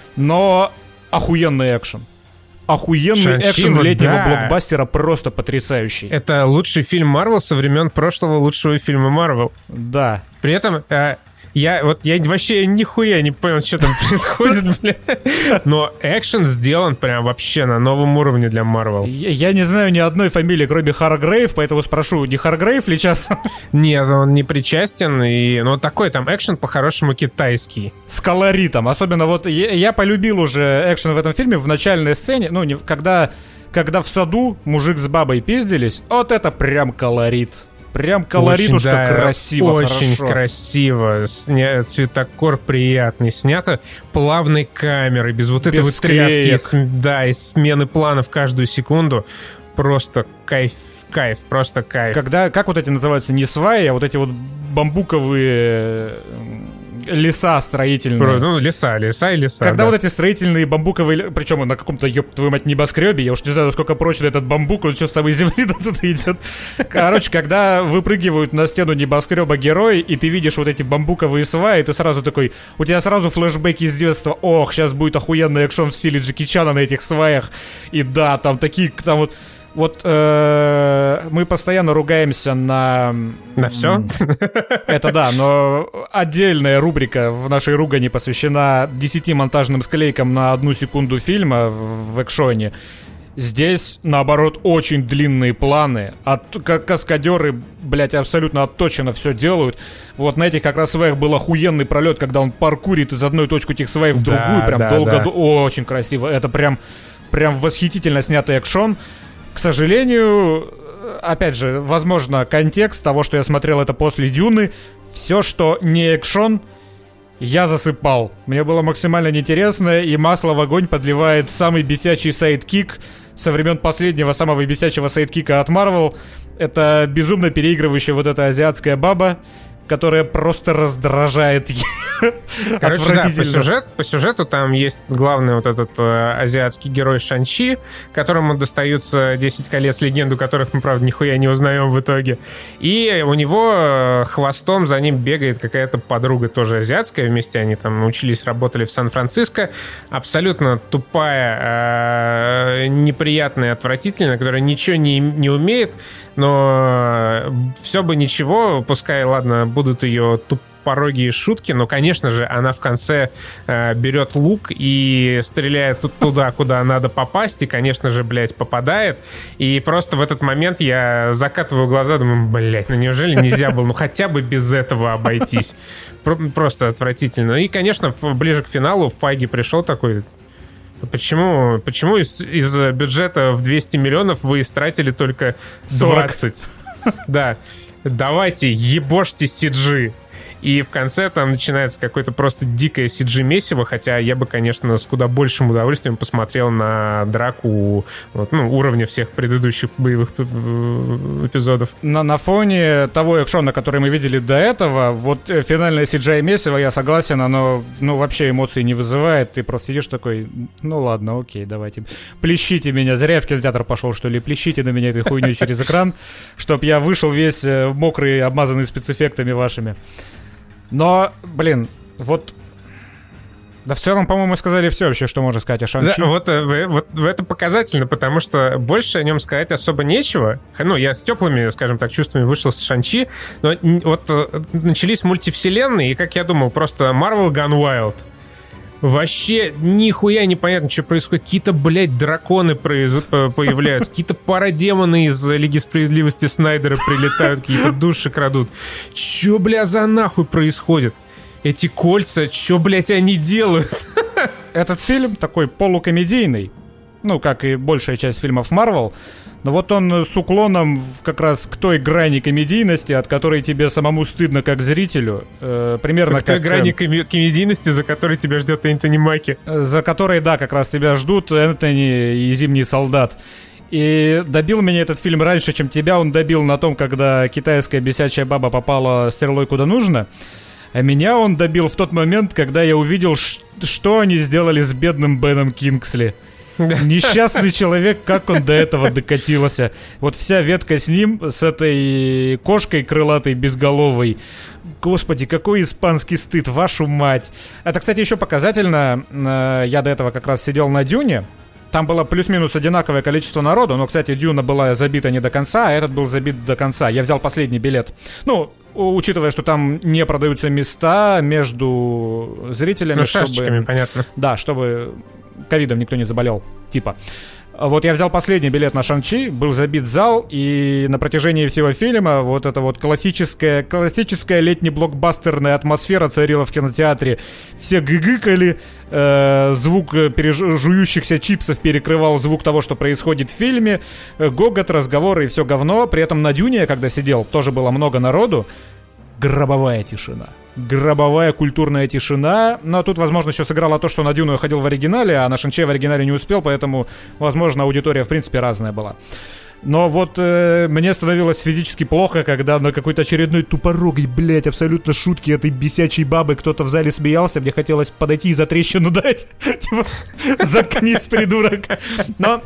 но охуенный экшен. Охуенный Шан-Чи, экшен вот летнего да. блокбастера, просто потрясающий. Это лучший фильм Марвел со времен прошлого лучшего фильма Марвел. Да. При этом... Э, Я вот я вообще нихуя не понял, что там происходит, бля. Но экшен сделан прям вообще на новом уровне для Marvel. Я, я не знаю ни одной фамилии, кроме Харгрейв, поэтому спрошу, не Харгрейв ли час? Нет, он не причастен. И, ну, такой там экшен по-хорошему китайский. С колоритом. Особенно вот я, я полюбил уже экшен в этом фильме в начальной сцене. Ну, не, когда, когда в саду мужик с бабой пиздились, вот это прям колорит. Прям колоритушка, очень, да, красиво, очень хорошо. красиво. Сня... Цветокор приятный. Снято плавной камерой, без вот без этой вот тряски. См... Да, и смены планов каждую секунду. Просто кайф, кайф, просто кайф. Когда, как вот эти называются, не сваи, а вот эти вот бамбуковые... леса строительные. Ну, леса, леса и леса. Когда да. вот эти строительные бамбуковые... Причем на каком-то, ёб твою мать, небоскребе. Я уж не знаю, насколько прочный этот бамбук. Он что, с самой земли тут идет. Короче, когда выпрыгивают на стену небоскреба герои, и ты видишь вот эти бамбуковые сваи, ты сразу такой... У тебя сразу флешбеки из детства. Ох, сейчас будет охуенный экшон в стиле Джеки Чана на этих сваях. И да, там такие... Там вот... Вот э, мы постоянно ругаемся на... На все? Это да, но отдельная рубрика в нашей ругани посвящена десяти монтажным склейкам на одну секунду фильма в экшоне. Здесь, наоборот, очень длинные планы. От, как каскадеры, блять, абсолютно отточенно все делают. Вот на этих как раз сваях был охуенный пролет, когда он паркурит из одной точки этих сваев в другую. Да, прям да, долго... Да. Очень красиво. Это прям, прям восхитительно снятый экшон. К сожалению, опять же, возможно, контекст того, что я смотрел это после Дюны, все, что не экшон, я засыпал. Мне было максимально неинтересно, и масло в огонь подливает самый бесячий сайдкик со времен последнего самого бесячего сайдкика от Marvel. Это безумно переигрывающая вот эта азиатская баба, которая просто раздражает. Короче, да, по, сюжет, по сюжету там есть главный вот этот э, азиатский герой Шан-Чи, которому достаются десять колец, легенду которых мы, правда, нихуя не узнаем в итоге. И у него э, хвостом за ним бегает какая-то подруга, тоже азиатская. Вместе они там учились, работали в Сан-Франциско. Абсолютно тупая, э, неприятная, отвратительная, которая ничего не, не умеет, но все бы ничего, пускай, ладно, будут ее тупорогие шутки, но, конечно же, она в конце э, берет лук и стреляет туда, куда надо попасть, и, конечно же, блядь, попадает. И просто в этот момент я закатываю глаза, думаю, блядь, ну неужели нельзя было, ну хотя бы без этого обойтись? Просто отвратительно. И, конечно, ближе к финалу Файги пришел такой... Почему, почему из, из бюджета в двести миллионов вы истратили только двадцать? Да. Давайте, ебошьте си джи. И в конце там начинается какое-то просто дикое си джи-месиво, хотя я бы, конечно, с куда большим удовольствием посмотрел на драку вот, ну, уровня всех предыдущих боевых эпизодов. На, на фоне того экшона, который мы видели до этого, вот финальное си джи-месиво, я согласен, оно ну, вообще эмоций не вызывает. Ты просто сидишь такой, ну ладно, окей, давайте. Плещите меня, зря я в кинотеатр пошел, что ли, плещите на меня этой хуйней через экран, чтоб я вышел весь мокрый, обмазанный спецэффектами вашими. Но, блин, вот... Да в целом, по-моему, сказали все вообще, что можно сказать о Шан-Чи. Да, вот, вот это показательно, потому что больше о нем сказать особо нечего. Ну, я с теплыми, скажем так, чувствами вышел с Шан-Чи, но вот начались мультивселенные, и, как я думал, просто Marvel Gone Wild. Вообще нихуя непонятно, что происходит. Какие-то, блядь, драконы произ... появляются, какие-то парадемоны из Лиги Справедливости Снайдера прилетают, какие-то души крадут. Чё, бля, за нахуй происходит? Эти кольца, чё, блядь, они делают? Этот фильм такой полукомедийный, ну, как и большая часть фильмов Marvel, но вот он с уклоном как раз к той грани комедийности, от которой тебе самому стыдно как зрителю. Э, примерно к той как, грани коми- комедийности, за которой тебя ждет Энтони Маки. За которой, да, как раз тебя ждут Энтони и Зимний солдат. И добил меня этот фильм раньше, чем тебя он добил на том, когда китайская бесячая баба попала стрелой куда нужно. А меня он добил в тот момент, когда я увидел, что они сделали с бедным Беном Кингсли. Несчастный человек, как он до этого докатился. Вот вся ветка с ним, с этой кошкой крылатой безголовой. Господи, какой испанский стыд, вашу мать. Это, кстати, еще показательно. Я до этого как раз сидел на Дюне. Там было плюс-минус одинаковое количество народу. Но, кстати, Дюна была забита не до конца, а этот был забит до конца. Я взял последний билет. Ну, учитывая, что там не продаются места между зрителями. Ну, шашечками, чтобы... понятно. Да, чтобы ковидом никто не заболел, типа. Вот я взял последний билет на Шан-Чи, был забит зал, и на протяжении всего фильма вот эта вот классическая, классическая летне-блокбастерная атмосфера царила в кинотеатре. Все гыгыкали, э, звук переж... жующихся чипсов перекрывал звук того, что происходит в фильме, гогот, разговоры и все говно. При этом на Дюне, когда сидел, тоже было много народу. Гробовая тишина. Гробовая культурная тишина. Но тут, возможно, еще сыграло то, что на Дюну я ходил в оригинале, а на Шан-Чи в оригинале не успел, поэтому, возможно, аудитория, в принципе, разная была. Но вот э, мне становилось физически плохо, когда на какой-то очередной тупорогой, блять, абсолютно шутки этой бесячей бабы кто-то в зале смеялся. Мне хотелось подойти и за трещину дать. Типа, заткнись, придурок. Но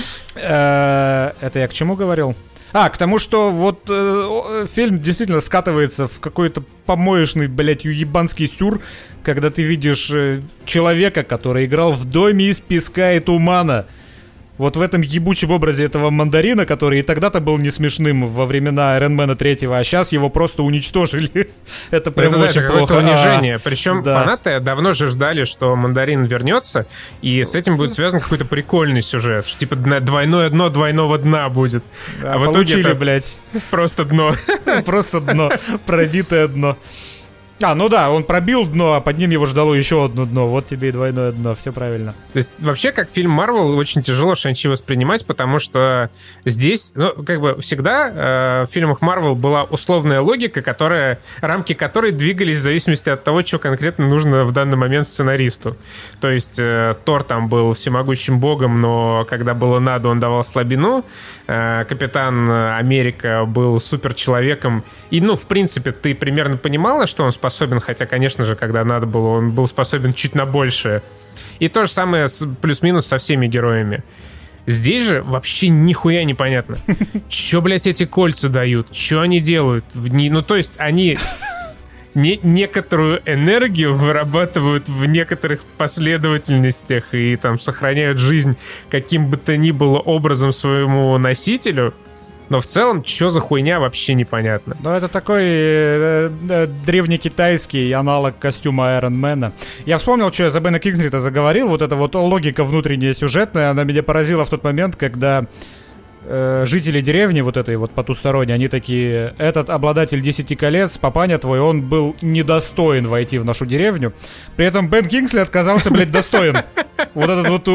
э, это я к чему говорил? А, к тому, что вот э, фильм действительно скатывается в какой-то помоечный, блядь, уебанский сюр, когда ты видишь э, человека, который играл в «Доме из песка и тумана». Вот в этом ебучем образе этого мандарина, который и тогда-то был не смешным во времена Айронмена третьего, а сейчас его просто уничтожили. Это прям это, очень да, плохо. Это унижение. А, Причем да. фанаты давно же ждали, что мандарин вернется, и с этим будет связан какой-то прикольный сюжет. Что, типа двойное дно двойного дна будет. Да, а в итоге это, блядь, просто дно. Просто дно. Пробитое дно. А, ну да, он пробил дно, а под ним его ждало еще одно дно. Вот тебе и двойное дно, все правильно. То есть вообще, как фильм Марвел, очень тяжело Шан-Чи воспринимать, потому что здесь, ну, как бы всегда э, в фильмах Марвел была условная логика, которая, рамки которой двигались в зависимости от того, что конкретно нужно в данный момент сценаристу. То есть э, Тор там был всемогущим богом, но когда было надо, он давал слабину. Э, Капитан Америка был суперчеловеком. И, ну, в принципе, ты примерно понимала, что он способен способен, хотя, конечно же, когда надо было, он был способен чуть на большее. И то же самое с, плюс-минус со всеми героями. Здесь же вообще нихуя непонятно. Чё, блядь, эти кольца дают? Чё они делают? Ну, то есть они не, некоторую энергию вырабатывают в некоторых последовательностях и там сохраняют жизнь каким бы то ни было образом своему носителю. Но в целом, что за хуйня, вообще непонятно. Ну, это такой э, э, древнекитайский аналог костюма Айронмена. Я вспомнил, что я за Бена Кингсли-то заговорил. Вот эта вот логика внутренняя сюжетная, она меня поразила в тот момент, когда э, жители деревни вот этой вот потусторонней, они такие: этот обладатель десяти колец, папаня твой, он был недостоин войти в нашу деревню. При этом Бен Кингсли отказался, блядь, достоин. Вот этот вот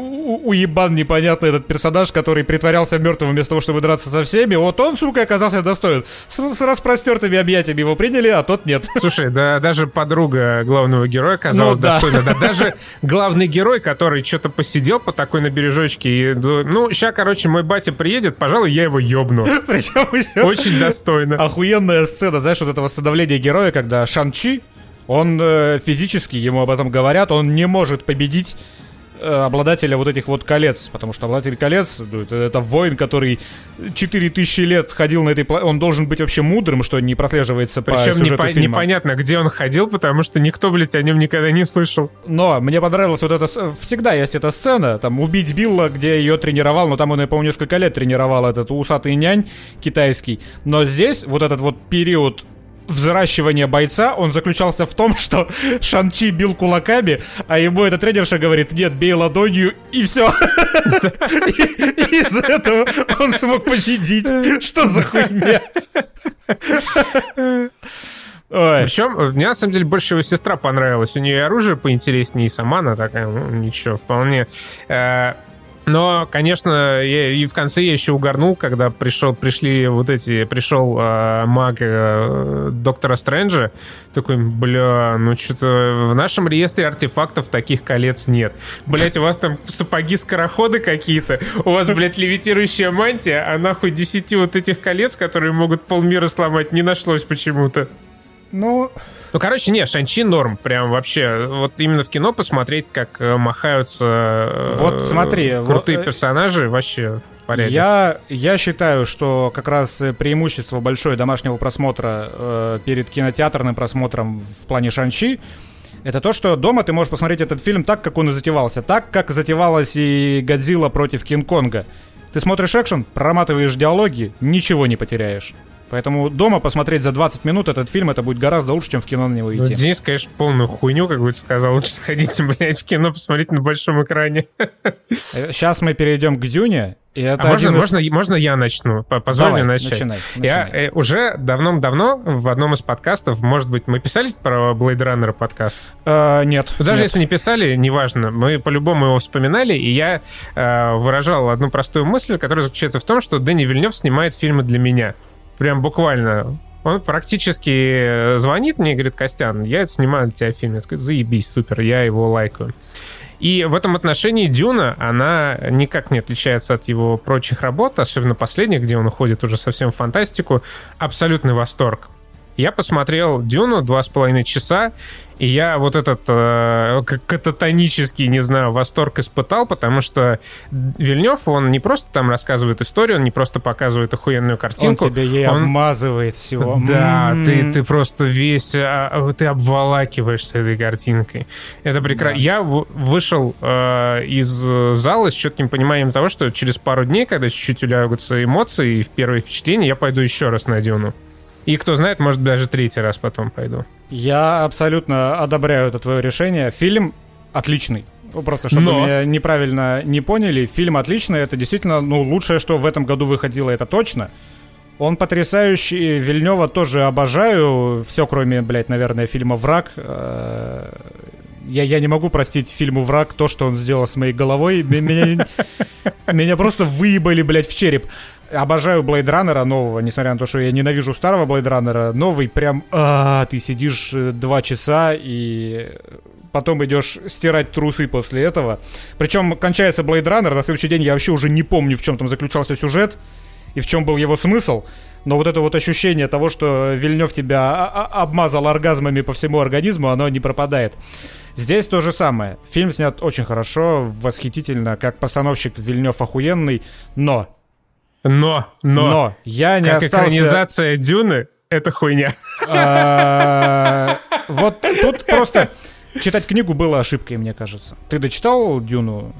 уебан непонятный, этот персонаж, который притворялся мертвым вместо того, чтобы драться со всеми, вот он, сука, оказался достоин. С, с распростертыми объятиями его приняли, а тот нет. Слушай, да даже подруга главного героя оказалась ну, достойна. Да. да даже главный герой, который что-то посидел по такой на бережочке и, ну, ща, короче, мой батя приедет, пожалуй, я его ёбну. Причем еще очень достойно. Охуенная сцена, знаешь, вот это восстановление героя, когда Шан-Чи, он э, физически, ему об этом говорят, он не может победить э, обладателя вот этих вот колец, потому что обладатель колец, это, это воин, который четыре тысячи лет ходил на этой планете, он должен быть вообще мудрым, что не прослеживается по Причем сюжету непо- фильма. Непонятно, где он ходил, потому что никто, блядь, о нем никогда не слышал. Но мне понравилась вот эта, всегда есть эта сцена, там, убить Билла, где ее тренировал, но там он, я помню, несколько лет тренировал этот усатый нянь китайский, но здесь вот этот вот период взращивание бойца, он заключался в том, что Шан-Чи бил кулаками, а ему эта тренерша говорит: нет, бей ладонью, и все. И из-за этого он смог победить. Что за хуйня? Ой. Причем, мне на самом деле больше его сестра понравилась. У нее и оружие поинтереснее, и сама она такая, ну, ничего, вполне. Но, конечно, я, и в конце я еще угорнул, когда пришел, пришли вот эти, пришел э, маг э, Доктора Стрэнджа. Такой, бля, ну что-то в нашем реестре артефактов таких колец нет. Блять, у вас там сапоги-скороходы какие-то, у вас, блядь, левитирующая мантия, а нахуй десяти вот этих колец, которые могут полмира сломать, не нашлось почему-то. Ну... Ну, короче, не, Шан-Чи норм, прям вообще. Вот именно в кино посмотреть, как махаются вот, смотри, крутые вот, персонажи, вообще порядок. Я, я считаю, что как раз преимущество большое домашнего просмотра э, перед кинотеатрным просмотром в плане Шан-Чи — это то, что дома ты можешь посмотреть этот фильм так, как он и затевался. Так, как затевалась и «Годзилла против Кинг-Конга». Ты смотришь экшен, проматываешь диалоги, ничего не потеряешь. Поэтому дома посмотреть за двадцать минут этот фильм, это будет гораздо лучше, чем в кино на него идти. Ну, Денис, конечно, полную хуйню какую-то сказал. Лучше сходите, блядь, в кино посмотреть на большом экране. Сейчас мы перейдем к «Дюне». И это а можно, из... можно, можно я начну? Позволь Давай, мне начать. Начинай, начинай. Я э, уже давным-давно в одном из подкастов, может быть, мы писали про Blade Runner подкаст? Uh, нет. Но даже нет. если не писали, неважно. Мы по-любому его вспоминали, и я э, выражал одну простую мысль, которая заключается в том, что Дэни Вильнёв снимает фильмы для меня. Прям буквально. Он практически звонит мне и говорит: Костян, я это снимаю для тебя фильм. Я такой: заебись, супер, я его лайкаю. И в этом отношении «Дюна», она никак не отличается от его прочих работ, особенно последних, где он уходит уже совсем в фантастику. Абсолютный восторг. Я посмотрел «Дюну» два с половиной часа, и я вот этот э, кататонический, не знаю, восторг испытал, потому что Вильнёв, он не просто там рассказывает историю, он не просто показывает охуенную картинку. Он тебе ей он... обмазывает всего. Да, mm-hmm. ты, ты просто весь, ты обволакиваешься этой картинкой. Это прекрасно. Да. Я в- вышел э, из зала с четким пониманием того, что через пару дней, когда чуть-чуть улягутся эмоции и в первые впечатления, я пойду еще раз на «Дюну». И кто знает, может, даже третий раз потом пойду. Я абсолютно одобряю это твое решение. Фильм отличный. Просто, чтобы Но... меня неправильно не поняли, фильм отличный. Это действительно, ну, лучшее, что в этом году выходило, это точно. Он потрясающий. Вильнёва тоже обожаю. Все, кроме, блядь, наверное, фильма «Враг». Я, я не могу простить фильму «Враг» то, что он сделал с моей головой. Меня, меня просто выебали, блядь, в череп. Обожаю Blade Runner нового, несмотря на то, что я ненавижу старого Blade Runner. Новый прям, а, ты сидишь два часа и потом идешь стирать трусы после этого. Причем кончается Blade Runner, на следующий день я вообще уже не помню, в чем там заключался сюжет и в чем был его смысл. Но вот это вот ощущение того, что Вильнёв тебя обмазал оргазмами по всему организму, оно не пропадает. Здесь то же самое. Фильм снят очень хорошо, восхитительно, как постановщик Вильнёв охуенный, но... Но, но, но я не как остался... экранизация «Дюны» — это хуйня. Вот тут просто читать книгу было ошибкой, мне кажется. Ты дочитал «Дюну»?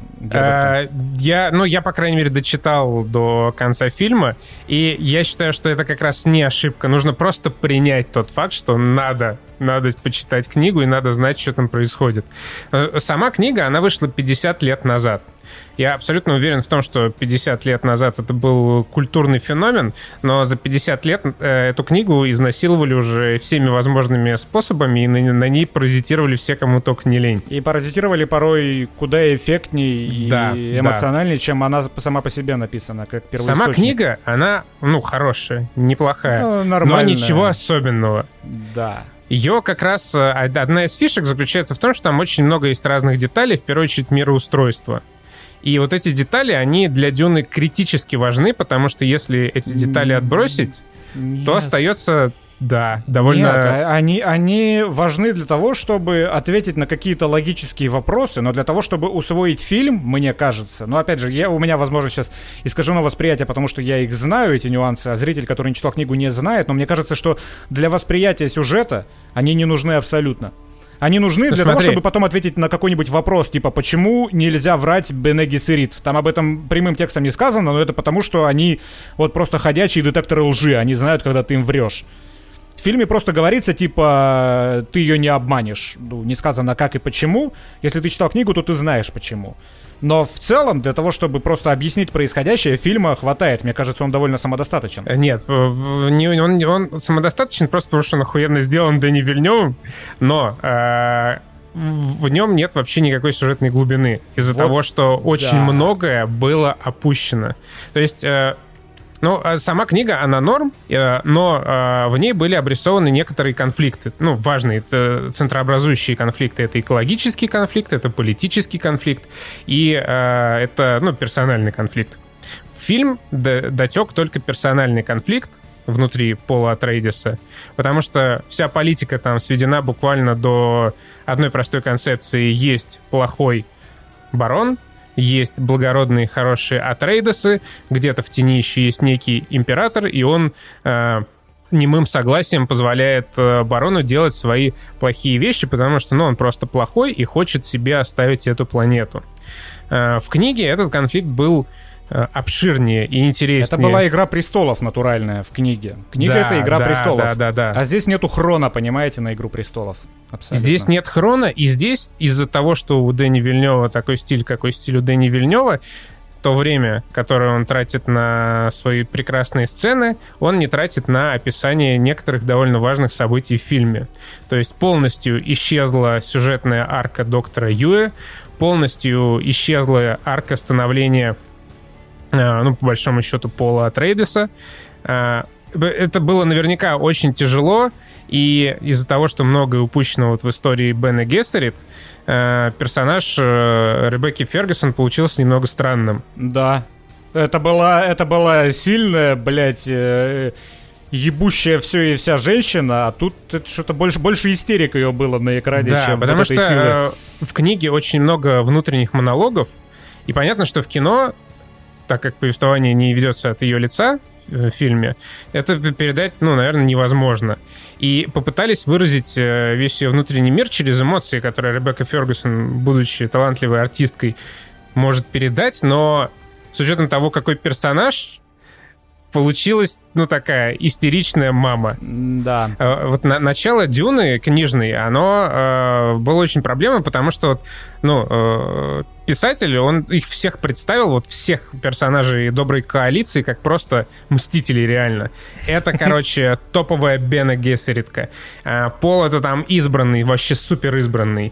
Я, ну, я, по крайней мере, дочитал до конца фильма, и я считаю, что это как раз не ошибка. Нужно просто принять тот факт, что надо, надо почитать книгу и надо знать, что там происходит. Сама книга, она вышла пятьдесят лет назад. Я абсолютно уверен в том, что пятьдесят лет назад это был культурный феномен, но за пятьдесят лет э, эту книгу изнасиловали уже всеми возможными способами, и на, на ней паразитировали все, кому только не лень. И паразитировали порой куда эффектнее да, и эмоциональнее, да. чем она сама по себе написана, как первоисточник. Сама книга, она, ну, хорошая, неплохая, ну, но ничего особенного. Да. Ее как раз одна из фишек заключается в том, что там очень много есть разных деталей, в первую очередь мироустройства. И вот эти детали, они для «Дюны» критически важны, потому что если эти детали отбросить, Нет. то остается, да, довольно... Нет, они, они важны для того, чтобы ответить на какие-то логические вопросы, но для того, чтобы усвоить фильм, мне кажется, ну, опять же, я, у меня, возможно, сейчас искажено восприятие, потому что я их знаю, эти нюансы, а зритель, который не читал книгу, не знает, но мне кажется, что для восприятия сюжета они не нужны абсолютно. Они нужны ну, для смотри. того, чтобы потом ответить на какой-нибудь вопрос, типа, почему нельзя врать Бене Гессерит? Там об этом прямым текстом не сказано, но это потому, что они вот просто ходячие детекторы лжи, они знают, когда ты им врешь. В фильме просто говорится, типа, ты ее не обманешь. Ну, не сказано как и почему. Если ты читал книгу, то ты знаешь почему. Но в целом, для того, чтобы просто объяснить происходящее, фильма хватает. Мне кажется, он довольно самодостаточен. Нет, не, он, он самодостаточен просто потому, что он охуенно сделан Дэни Вильнёвым, но э, в нем нет вообще никакой сюжетной глубины. Из-за вот, того, что очень да. многое было опущено. То есть... Э, Ну, сама книга, она норм, но в ней были обрисованы некоторые конфликты. Ну, важные, это центрообразующие конфликты. Это экологический конфликт, это политический конфликт и это, ну, персональный конфликт. В фильм дотек только персональный конфликт, внутри Пола Атрейдиса, потому что вся политика там сведена буквально до одной простой концепции. Есть плохой барон, есть благородные хорошие Атрейдесы, где-то в тени еще есть некий император, и он э, немым согласием позволяет э, барону делать свои плохие вещи, потому что ну, он просто плохой и хочет себе оставить эту планету. Э, в книге этот конфликт был обширнее и интереснее. Это была «Игра престолов» натуральная в книге. Книга да, — это «Игра да, престолов». Да, да, да. А здесь нету хрона, понимаете, на «Игру престолов». Абсолютно. Здесь нет хрона, и здесь из-за того, что у Дэни Вильнёва такой стиль, какой стиль у Дэни Вильнёва, то время, которое он тратит на свои прекрасные сцены, он не тратит на описание некоторых довольно важных событий в фильме. То есть полностью исчезла сюжетная арка доктора Юэ, полностью исчезла арка становления, ну, по большому счету, Пола Атрейдиса. Это было наверняка очень тяжело, и из-за того, что многое упущено вот в истории Бена Гессерит, персонаж Ребекки Фергюсон получился немного странным. Да. Это была, это была сильная, блядь, ебущая все и вся женщина, а тут это что-то больше, больше истерик ее было на экране, да, чем потому вот этой что силы. В книге очень много внутренних монологов, и понятно, что в кино, так как повествование не ведется от ее лица в фильме, это передать, ну, наверное, невозможно. И попытались выразить весь ее внутренний мир через эмоции, которые Ребекка Фергюсон, будучи талантливой артисткой, может передать, но с учетом того, какой персонаж, получилась, ну, такая истеричная мама. Да. Вот на, начало «Дюны» книжной, оно э, было очень проблемой, потому что, вот, ну, э, писатель, он их всех представил, вот всех персонажей «Доброй коалиции», как просто мстители реально. Это, короче, топовая Бена Гессеритка. Пол — это там избранный, вообще супер избранный.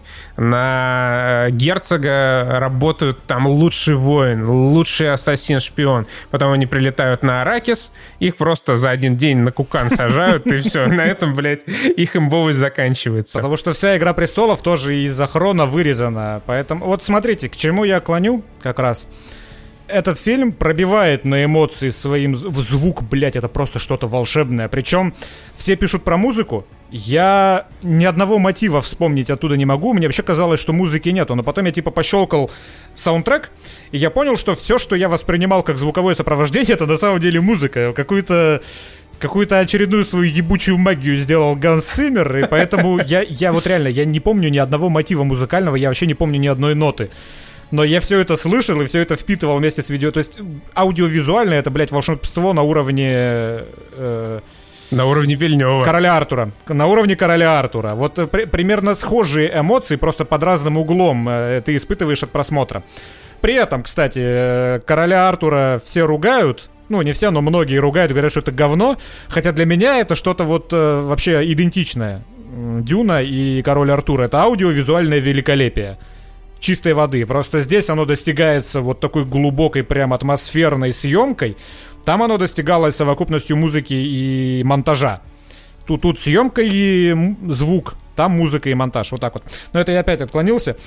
На герцога работают там лучший воин, лучший ассасин-шпион. Потом они прилетают на Аракис, их просто за один день на кукан сажают, и все. На этом, блядь, их имбовость заканчивается. Потому что вся «Игра престолов» тоже из-за хрона вырезана. Поэтому, вот смотрите, к чему я клоню как раз. Этот фильм пробивает на эмоции своим... Звук, блядь, это просто что-то волшебное. Причем все пишут про музыку. Я ни одного мотива вспомнить оттуда не могу. Мне вообще казалось, что музыки нету. Но потом я типа пощелкал саундтрек, и я понял, что все, что я воспринимал как звуковое сопровождение, это на самом деле музыка. Какую-то... Какую-то очередную свою ебучую магию сделал Ганс Циммер, и поэтому я, я вот реально, я не помню ни одного мотива музыкального, я вообще не помню ни одной ноты. Но я все это слышал и все это впитывал вместе с видео. То есть аудиовизуально это, блядь, волшебство на уровне... Э, на уровне Вильнёва. Короля Артура. На уровне Короля Артура. Вот при, примерно схожие эмоции, просто под разным углом э, ты испытываешь от просмотра. При этом, кстати, э, Короля Артура все ругают. Ну, не все, но многие ругают, говорят, что это говно. Хотя для меня это что-то вот э, вообще идентичное. Дюна и Король Артур — это аудиовизуальное великолепие чистой воды. Просто здесь оно достигается вот такой глубокой, прям атмосферной съемкой. Там оно достигалось совокупностью музыки и монтажа. Тут, тут съемка и звук, там музыка и монтаж. Вот так вот. Но это я опять отклонился.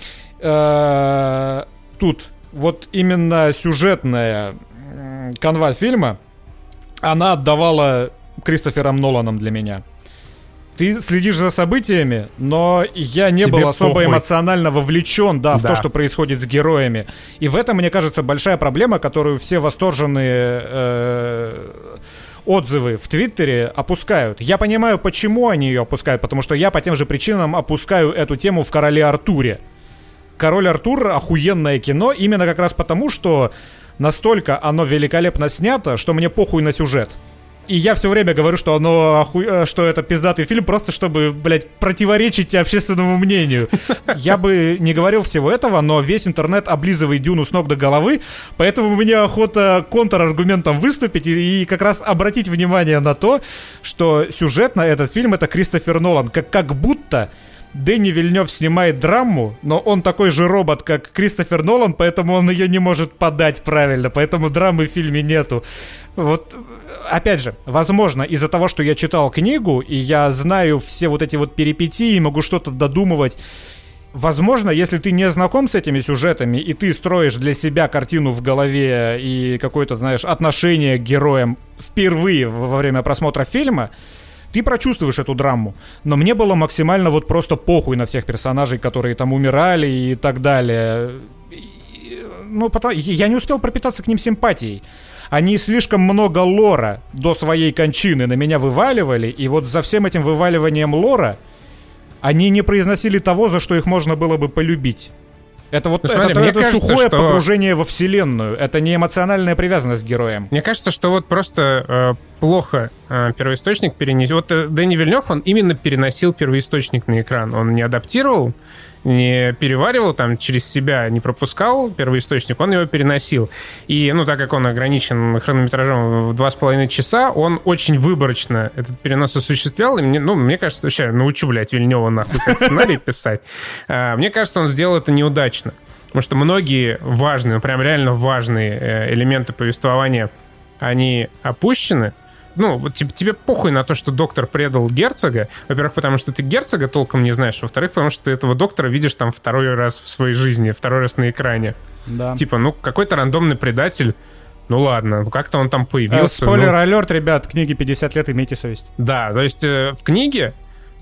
Э-э- тут вот именно сюжетная канва фильма, она отдавала Кристофером Ноланом для меня. Ты следишь за событиями, но я не Тебе был особо похуй. эмоционально вовлечен, да, в да. то, что происходит с героями. И в этом, мне кажется, большая проблема, которую все восторженные э, отзывы в Твиттере опускают. Я понимаю, почему они ее опускают, потому что я по тем же причинам опускаю эту тему в «Короле Артуре». «Король Артур» — охуенное кино, именно как раз потому, что настолько оно великолепно снято, что мне похуй на сюжет. И я все время говорю, что оно оху... что это пиздатый фильм, просто чтобы, блядь, противоречить общественному мнению. Я бы не говорил всего этого, но весь интернет облизывает Дюну с ног до головы, поэтому мне охота контраргументом выступить и, и как раз обратить внимание на то, что сюжетно этот фильм — это Кристофер Нолан. Как, как будто Дэни Вильнёв снимает драму, но он такой же робот, как Кристофер Нолан, поэтому он ее не может подать правильно, поэтому драмы в фильме нету. Вот, опять же, возможно, из-за того, что я читал книгу, и я знаю все вот эти вот перипетии, могу что-то додумывать, возможно, если ты не знаком с этими сюжетами, и ты строишь для себя картину в голове и какое-то, знаешь, отношение к героям впервые во время просмотра фильма, ты прочувствуешь эту драму. Но мне было максимально вот просто похуй на всех персонажей, которые там умирали и так далее. Ну, потому... я не успел пропитаться к ним симпатией. Они слишком много лора до своей кончины на меня вываливали, и вот за всем этим вываливанием лора они не произносили того, за что их можно было бы полюбить. Это вот ну, смотри, это, это кажется, сухое что... погружение во вселенную. Это не эмоциональная привязанность к героям. Мне кажется, что вот просто э, плохо э, первоисточник перенес. Вот э, Дэни Вильнёв, он именно переносил первоисточник на экран. Он не адаптировал, не переваривал там через себя, не пропускал первоисточник, он его переносил. И, ну, так как он ограничен хронометражом в два с половиной часа, он очень выборочно этот перенос осуществлял. И мне, ну, мне кажется, вообще, научу, блядь, Вильнёва нахуй как сценарий писать. Мне кажется, он сделал это неудачно. Потому что многие важные, ну, прям реально важные элементы повествования, они опущены. Ну, вот тебе, тебе похуй на то, что доктор предал герцога. Во-первых, потому что ты герцога толком не знаешь. Во-вторых, потому что ты этого доктора видишь там второй раз в своей жизни, второй раз на экране. Да. Типа, ну, какой-то рандомный предатель. Ну ладно, ну как-то он там появился. Спойлер-алерт, ну... ребят, книге пятьдесят лет, имейте совесть. Да, то есть э, в книге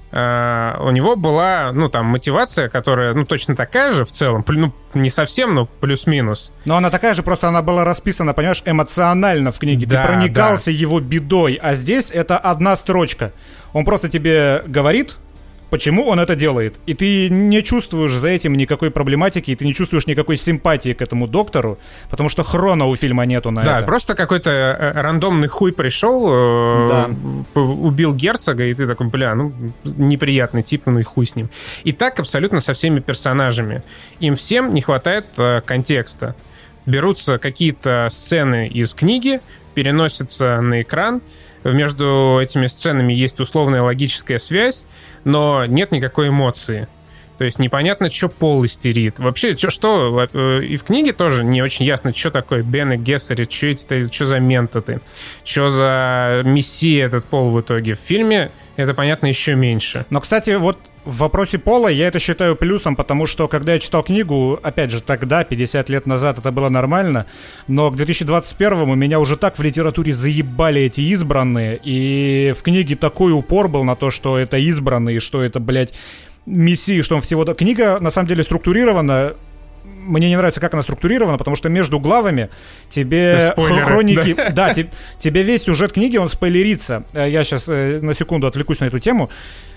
Uh, у него была, ну, там, мотивация, которая, ну, точно такая же в целом, ну, не совсем, но плюс-минус. Но она такая же, просто она была расписана, понимаешь, эмоционально в книге. Да, ты проникался да. его бедой, а здесь это одна строчка. Он просто тебе говорит, почему он это делает. И ты не чувствуешь за этим никакой проблематики, и ты не чувствуешь никакой симпатии к этому доктору, потому что хрона у фильма нету на да, это. Да, просто какой-то рандомный хуй пришел, да. э, убил герцога, и ты такой, бля, ну, неприятный тип, ну и хуй с ним. И так абсолютно со всеми персонажами. Им всем не хватает э, контекста. Берутся какие-то сцены из книги, переносятся на экран, между этими сценами есть условная логическая связь, но нет никакой эмоции. То есть непонятно, что Пол истерит. Вообще, что, что и в книге тоже не очень ясно, что такое Бене Гессерит, что, эти, что за ментаты, что за мессия этот Пол в итоге. В фильме это понятно еще меньше. Но, кстати, вот в вопросе Пола я это считаю плюсом, потому что, когда я читал книгу, опять же, тогда, пятьдесят лет назад, это было нормально, но к две тысячи двадцать первому меня уже так в литературе заебали эти избранные, и в книге такой упор был на то, что это избранные, что это, блядь, мессии, что он всего... Книга, на самом деле, структурирована. Мне не нравится, как она структурирована, потому что между главами тебе спойлеры, хроники... Да, да te, тебе весь сюжет книги, он спойлерится. Я сейчас на секунду отвлекусь на эту тему.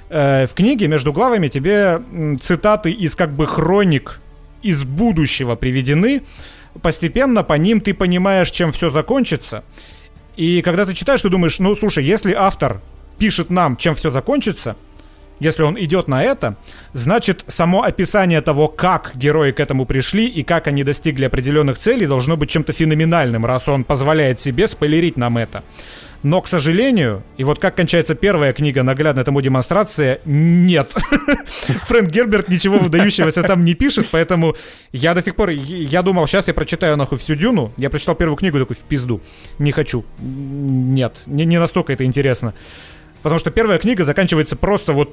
В книге между главами тебе цитаты из как бы хроник из будущего приведены. Постепенно по ним ты понимаешь, чем все закончится. И когда ты читаешь, ты думаешь, ну, слушай, если автор пишет нам, чем все закончится, если он идет на это, значит, само описание того, как герои к этому пришли и как они достигли определенных целей, должно быть чем-то феноменальным, раз он позволяет себе спойлерить нам это. Но, к сожалению, и вот как кончается первая книга, наглядная тому демонстрация, нет. Фрэнк Герберт ничего выдающегося там не пишет, поэтому я до сих пор, я думал, сейчас я прочитаю нахуй всю Дюну. Я прочитал первую книгу, такой, в пизду. Не хочу. Нет, не, не настолько это интересно. Потому что первая книга заканчивается просто вот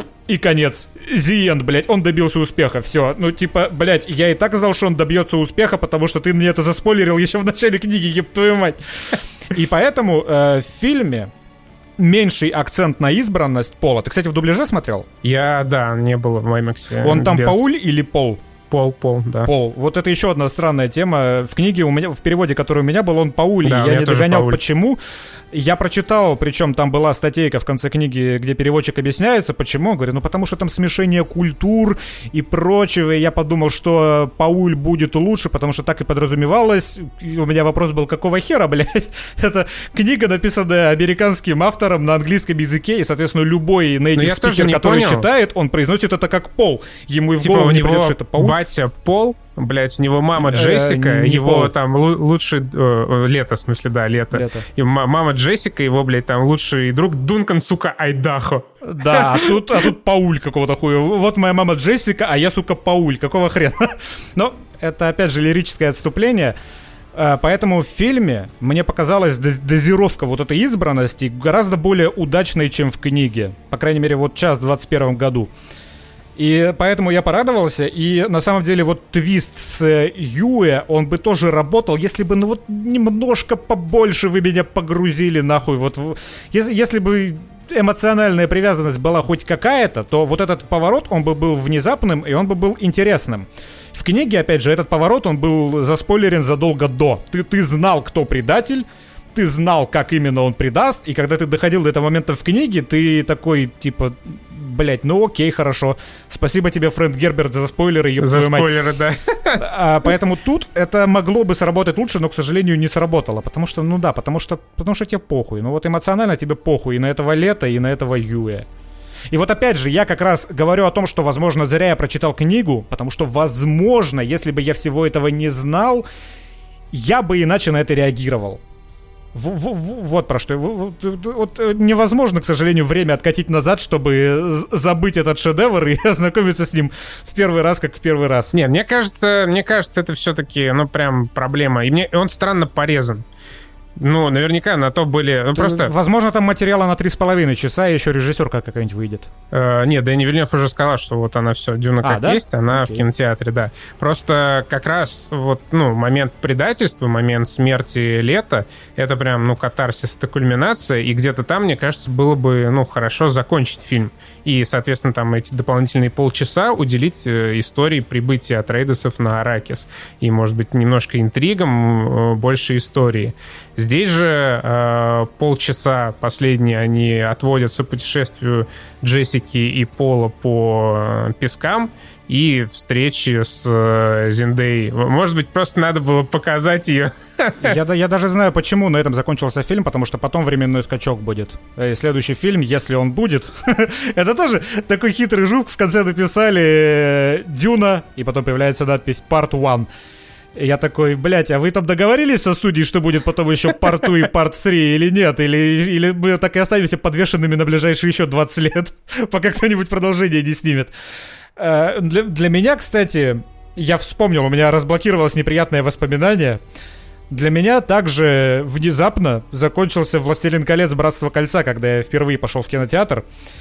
и конец. The end, блядь, он добился успеха. Все, ну типа, блядь, я и так знал, что он добьется успеха, потому что ты мне это заспойлерил еще в начале книги, еб твою мать. И поэтому э, в фильме меньший акцент на избранность Пола. Ты, кстати, в дубляже смотрел? Я, да, не было в IMAX. Он там без... Пауль или Пол? Пол, Пол, да. Пол. Вот это еще одна странная тема. В книге у меня, в переводе, который у меня был, он Пауль. Да, я не догонял, Пауль. Почему. Я прочитал, причем там была статейка в конце книги, где переводчик объясняется, почему. Говорю, ну потому что там смешение культур и прочего. И я подумал, что Пауль будет лучше, потому что так и подразумевалось. И у меня вопрос был, какого хера, блядь? Это книга, написанная американским автором на английском языке. И, соответственно, любой native speaker, который понял. Читает, он произносит это как Пол. Ему и в типа голову не него... придет, что это Пауль. Батя Пол, блядь, у него мама Джессика, э, его Пол. Там л- лучший... Э, лето, в смысле, да, лето. лето. И мама Джессика, его, блядь, там лучший друг Дункан, сука, Айдахо. Да, а тут, а тут Пауль какого-то хуя. Вот моя мама Джессика, а я, сука, Пауль. Какого хрена? Но это, опять же, лирическое отступление. Поэтому в фильме мне показалась дозировка вот этой избранности гораздо более удачной, чем в книге. По крайней мере, вот сейчас, в двадцать первом году. И поэтому я порадовался, и на самом деле вот твист с Юэ, он бы тоже работал, если бы, ну вот, немножко побольше вы меня погрузили нахуй, вот, если, если бы эмоциональная привязанность была хоть какая-то, то вот этот поворот, он бы был внезапным, и он бы был интересным. В книге, опять же, этот поворот, он был заспойлерен задолго до. Ты, ты знал, кто предатель, ты знал, как именно он предаст, и когда ты доходил до этого момента в книге, ты такой, типа, блять, ну окей, хорошо, спасибо тебе, Фрэнк Герберт, за спойлеры. За спойлеры, да. А, поэтому тут это могло бы сработать лучше, но, к сожалению, не сработало, потому что, ну да, потому что, потому что тебе похуй, ну вот эмоционально тебе похуй и на этого Лето, и на этого Юэ. И вот опять же, я как раз говорю о том, что, возможно, зря я прочитал книгу, потому что, возможно, если бы я всего этого не знал, я бы иначе на это реагировал. В, в, в, вот про что. Вот, вот, невозможно, к сожалению, время откатить назад, чтобы забыть этот шедевр и ознакомиться с ним в первый раз, как в первый раз. Нет, мне кажется, мне кажется, это все-таки, ну, прям проблема. И, мне, и он странно порезан. Ну, наверняка на то были... Ну, просто... Возможно, там материала на три с половиной часа, и еще режиссерка какая-нибудь выйдет. Э, нет, Дэни Вильнёв уже сказал, что вот она все, Дюна как а, да? есть, она Окей. в кинотеатре, да. Просто как раз вот, ну, момент предательства, момент смерти Лета, это прям, ну, катарсис, это кульминация, и где-то там, мне кажется, было бы, ну, хорошо закончить фильм. И, соответственно, там эти дополнительные полчаса уделить э, истории прибытия Атрейдесов на Аракис. И, может быть, немножко интригам, э, больше истории. Здесь же э, полчаса последние они отводятся путешествию Джессики и Пола по э, пескам и встречи с э, Зендей. Может быть, просто надо было показать ее. Я, я даже знаю, почему на этом закончился фильм, потому что потом временной скачок будет. И следующий фильм, если он будет, это тоже такой хитрый жук. В конце написали «Дюна», и потом появляется надпись «Part один». Я такой, блять, а вы там договорились со студией, что будет потом еще Part два и Part три или нет? Или, или мы так и останемся подвешенными на ближайшие еще двадцать лет, пока кто-нибудь продолжение не снимет? Для, для меня, кстати, я вспомнил, у меня разблокировалось неприятное воспоминание. Для меня также внезапно закончился «Властелин колец. Братство кольца», когда я впервые пошел в кинотеатр.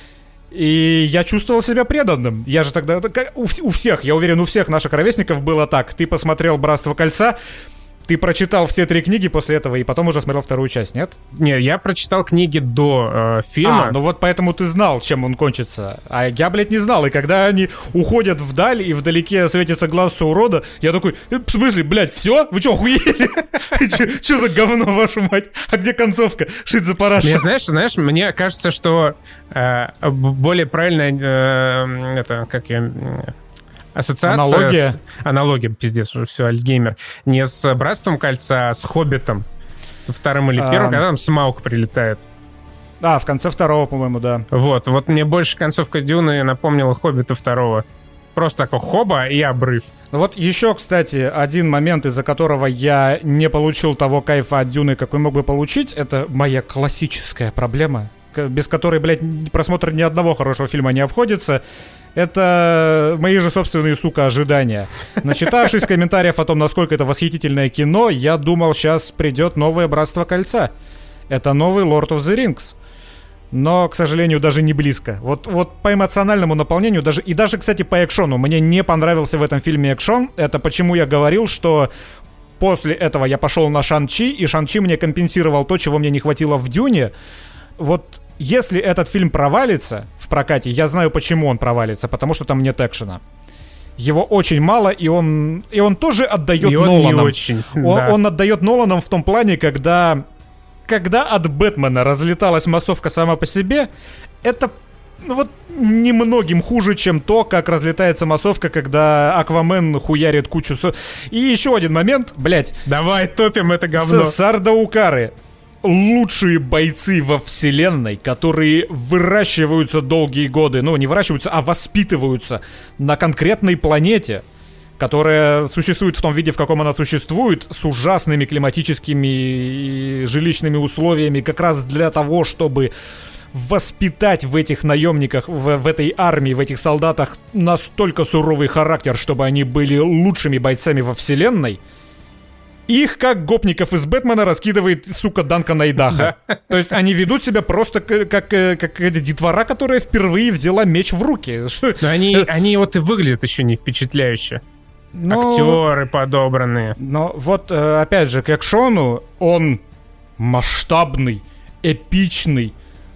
И я чувствовал себя преданным. Я же тогда... У, у всех, я уверен, у всех наших ровесников было так. Ты посмотрел «Братство кольца», ты прочитал все три книги после этого и потом уже смотрел вторую часть, нет? Не, я прочитал книги до э, фильма. А, ну вот поэтому ты знал, чем он кончится. А я, блядь, не знал. И когда они уходят вдаль, и вдалеке светится глаз Саурода, я такой, в смысле, блядь, все? Вы что, охуели? Че за говно, вашу мать? А где концовка? Шит за параша. Мне, знаешь, знаешь, мне кажется, что более правильно это, как я... Ассоциация Аналогия. С... Аналогия, пиздец, уже все, Альцгеймер. Не с «Братством кольца», а с «Хоббитом». Вторым или первым, а... когда там Смауг прилетает. А, в конце второго, по-моему, да. Вот, вот мне больше концовка Дюны напомнила «Хоббита» второго. Просто такой хоба и обрыв. Вот еще, кстати, один момент, из-за которого я не получил того кайфа от Дюны, какой мог бы получить, это моя классическая проблема, без которой, блядь, просмотр ни одного хорошего фильма не обходится. Это мои же собственные, сука, ожидания. Начитавшись комментариев о том, насколько это восхитительное кино, я думал, сейчас придет новое «Братство кольца». Это новый Lord of the Rings. Но, к сожалению, даже не близко. Вот, вот по эмоциональному наполнению даже, и даже, кстати, по экшону. Мне не понравился в этом фильме экшон. Это почему я говорил, что после этого я пошел на Шан-Чи, и Шан-Чи мне компенсировал то, чего мне не хватило в Дюне. Вот... Если этот фильм провалится в прокате, я знаю, почему он провалится, потому что там нет экшена. Его очень мало, и он, и он тоже отдает и он Ноланам. Не очень, он, да. он отдает Ноланам в том плане, когда, когда от Бэтмена разлеталась массовка сама по себе, это ну, вот немногим хуже, чем то, как разлетается массовка, когда Аквамен хуярит кучу... Со... И еще один момент, блять. Давай топим это говно. Сардаукары. Лучшие бойцы во вселенной, которые выращиваются долгие годы, ну не выращиваются, а воспитываются на конкретной планете, которая существует в том виде, в каком она существует, с ужасными климатическими и жилищными условиями, как раз для того, чтобы воспитать в этих наемниках, в, в этой армии, в этих солдатах настолько суровый характер, чтобы они были лучшими бойцами во вселенной. их, как гопников из Бэтмена, раскидывает, сука, Данкан Айдаха. Да. То есть они ведут себя просто как, как, как эта детвора, которая впервые взяла меч в руки. Но они, они вот и выглядят еще не впечатляюще. Но, актеры подобранные. Но вот, опять же, к экшону он масштабный, эпичный,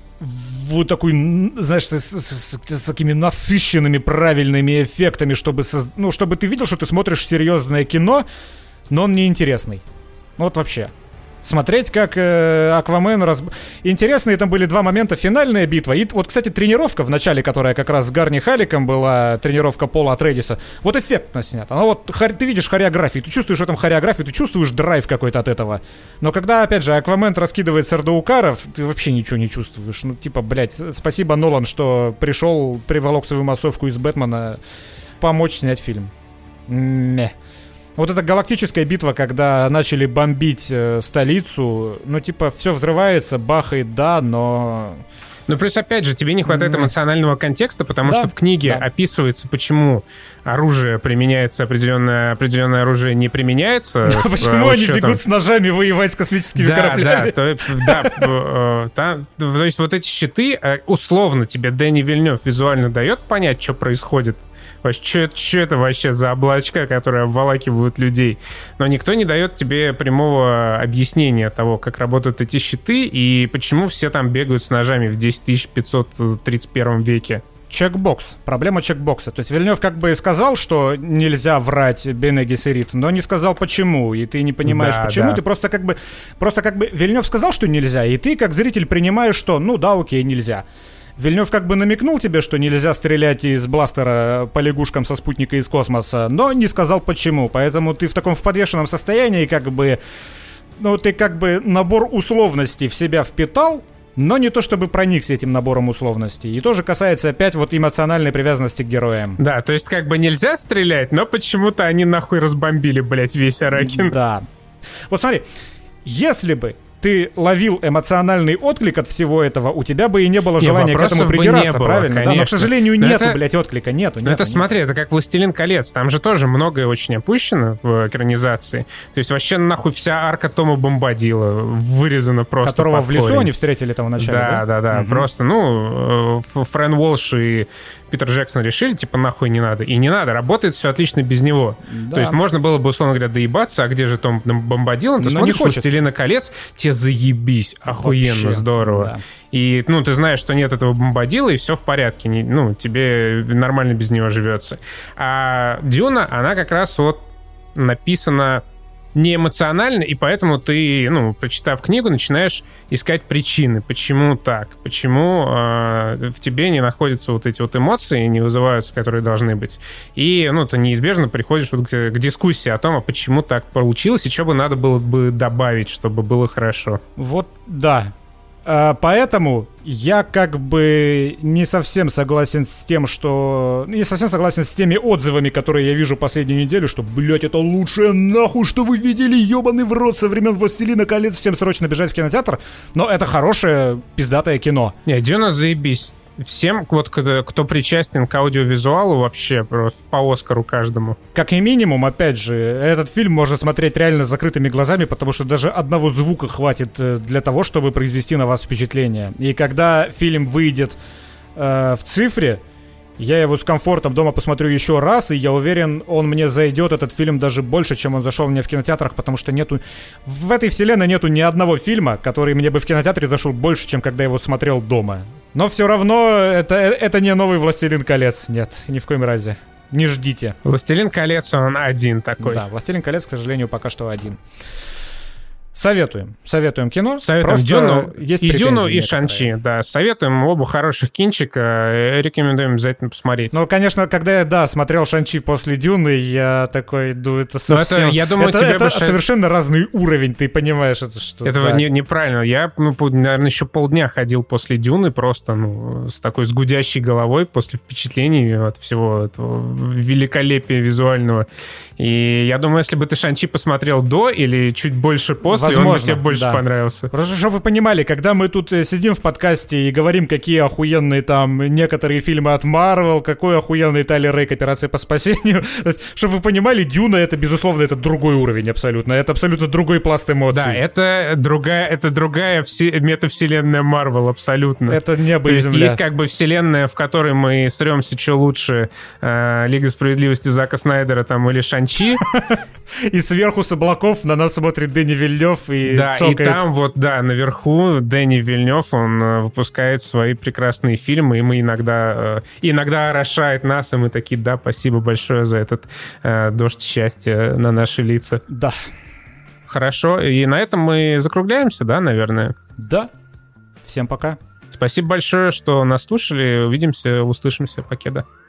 вот такой, знаешь, с, с, с такими насыщенными правильными эффектами, чтобы, ну, чтобы ты видел, что ты смотришь серьезное кино, но он неинтересный. Ну вот вообще. Смотреть, как э, Аквамен... Раз... Интересные там были два момента. Финальная битва. И вот, кстати, тренировка в начале, которая как раз с Гарни Халликом была, тренировка Пола Атрейдиса. Вот эффектно снята. Она вот, ты видишь хореографию, ты чувствуешь в этом хореографию, ты чувствуешь драйв какой-то от этого. Но когда, опять же, Аквамен раскидывает сардаукаров, ты вообще ничего не чувствуешь. Ну, типа, блядь, спасибо, Нолан, что пришел, приволок свою массовку из Бэтмена помочь снять фильм. Мeh. Вот эта галактическая битва, когда начали бомбить э, столицу, ну, типа, все взрывается, бахает, да, но... Ну, плюс, опять же, тебе не хватает эмоционального контекста, потому да, что в книге да. описывается, почему оружие применяется, определенное, определенное оружие не применяется. Да, почему они бегут с ножами воевать с космическими да, кораблями. Да, то, да, то есть вот эти щиты, условно тебе Дэни Вильнёв визуально дает понять, что происходит. Что, что это вообще за облачка, которые обволакивают людей? Но никто не дает тебе прямого объяснения того, как работают эти щиты и почему все там бегают с ножами в десять тысяч пятьсот тридцать первом веке. Чекбокс. Проблема чекбокса. То есть Вильнёв как бы сказал, что нельзя врать Бене Гессерит, но не сказал почему, и ты не понимаешь, да, почему. Да. Ты просто как бы... Просто как бы Вильнёв сказал, что нельзя, и ты как зритель принимаешь, что ну да, окей, нельзя. Вильнёв как бы намекнул тебе, что нельзя стрелять из бластера по лягушкам со спутника из космоса, но не сказал почему. Поэтому ты в таком в подвешенном состоянии, как бы... Ну, ты как бы набор условностей в себя впитал, но не то чтобы проникся этим набором условностей. И тоже касается опять вот эмоциональной привязанности к героям. Да, то есть как бы нельзя стрелять, но почему-то они нахуй разбомбили, блять, весь Аракин. Да. Вот смотри, если бы ты ловил эмоциональный отклик от всего этого, у тебя бы и не было желания не, к этому придираться, было, правильно? Конечно. Да, но, к сожалению, но нету, это, блядь, отклика, нету, нету. Это, нету. Смотри, это как «Властелин колец», там же тоже многое очень опущено в экранизации. То есть вообще нахуй вся арка Тома Бомбадила вырезана просто. Которого в лесу они встретили там в начале, да? Да, да, да, угу. Просто, ну, Фрэн Уолш и Питер Джексон решили, типа, нахуй не надо. И не надо, работает все отлично без него. Да. То есть можно было бы, условно говоря, доебаться, а где же Том Бомбадил? Ты смотришь «Властелина колец», тебе заебись, охуенно, вообще здорово. Да. И, ну, ты знаешь, что нет этого Бомбадила, и все в порядке. Не, ну, тебе нормально без него живется. А Дюна, она как раз вот написана не эмоционально, и поэтому ты, ну, прочитав книгу, начинаешь искать причины, почему так, почему э, в тебе не находятся вот эти вот эмоции, не вызываются, которые должны быть. И, ну, ты неизбежно приходишь вот к, к дискуссии о том, а почему так получилось, и что бы надо было бы добавить, чтобы было хорошо. Вот, да. А, поэтому я как бы не совсем согласен с тем, что... Не совсем согласен с теми отзывами, которые я вижу последнюю неделю, что, блять, это лучшее нахуй, что вы видели, ебаный в рот, со времен «Властелина колец», всем срочно бежать в кинотеатр. Но это хорошее, пиздатое кино. Не, Дюна заебись. Всем, вот, кто, кто причастен к аудиовизуалу, вообще просто по Оскару каждому. Как и минимум, опять же, этот фильм можно смотреть реально с закрытыми глазами, потому что даже одного звука хватит для того, чтобы произвести на вас впечатление. И когда фильм выйдет э, в цифре, я его с комфортом дома посмотрю еще раз, и я уверен, он мне зайдет, этот фильм, даже больше, чем он зашел мне в кинотеатрах, потому что нету... В этой вселенной нету ни одного фильма, который мне бы в кинотеатре зашел больше, чем когда я его смотрел дома. Но все равно это, это не новый «Властелин колец», нет, ни в коем разе. Не ждите. «Властелин колец», он один такой. Да, «Властелин колец», к сожалению, пока что один. Советуем. Советуем кино. Советуем Дюну, есть и Дюну, и Шан-Чи. Да, советуем оба хороших кинчика. Рекомендуем обязательно посмотреть. Ну, конечно, когда я, да, смотрел Шан-Чи после Дюны, я такой, ну, это совсем... Это, я думаю, это, тебе это бы... совершенно разный уровень, ты понимаешь, это что... Это да. не, неправильно. Я, ну, наверное, еще полдня ходил после Дюны просто, ну, с такой с гудящей головой после впечатлений от всего этого великолепия визуального. И я думаю, если бы ты Шан-Чи посмотрел до или чуть больше после, смысле возможно, он тебе больше да. понравился? Просто, чтобы вы понимали, когда мы тут сидим в подкасте и говорим, какие охуенные там некоторые фильмы от Marvel, какой охуенный Тайлер Рейк «Операция по спасению», чтобы вы понимали, Дюна — это, безусловно, это другой уровень абсолютно, это абсолютно другой пласт эмоций. Да, это другая, это другая все, метавселенная Marvel, абсолютно. Это небо и земля. То есть есть как бы вселенная, в которой мы сремся, что лучше, э, Лига справедливости Зака Снайдера там или Шан-Чи. И сверху с облаков на нас смотрит Дэнни Вильнёв и да, цокает. И там вот, да, наверху Дэнни Вильнёв, он э, выпускает свои прекрасные фильмы, и мы иногда, э, иногда орошает нас, и мы такие, да, спасибо большое за этот э, дождь счастья на наши лица. Да. Хорошо, и на этом мы закругляемся, да, наверное? Да. Всем пока. Спасибо большое, что нас слушали. Увидимся, услышимся. Покеда.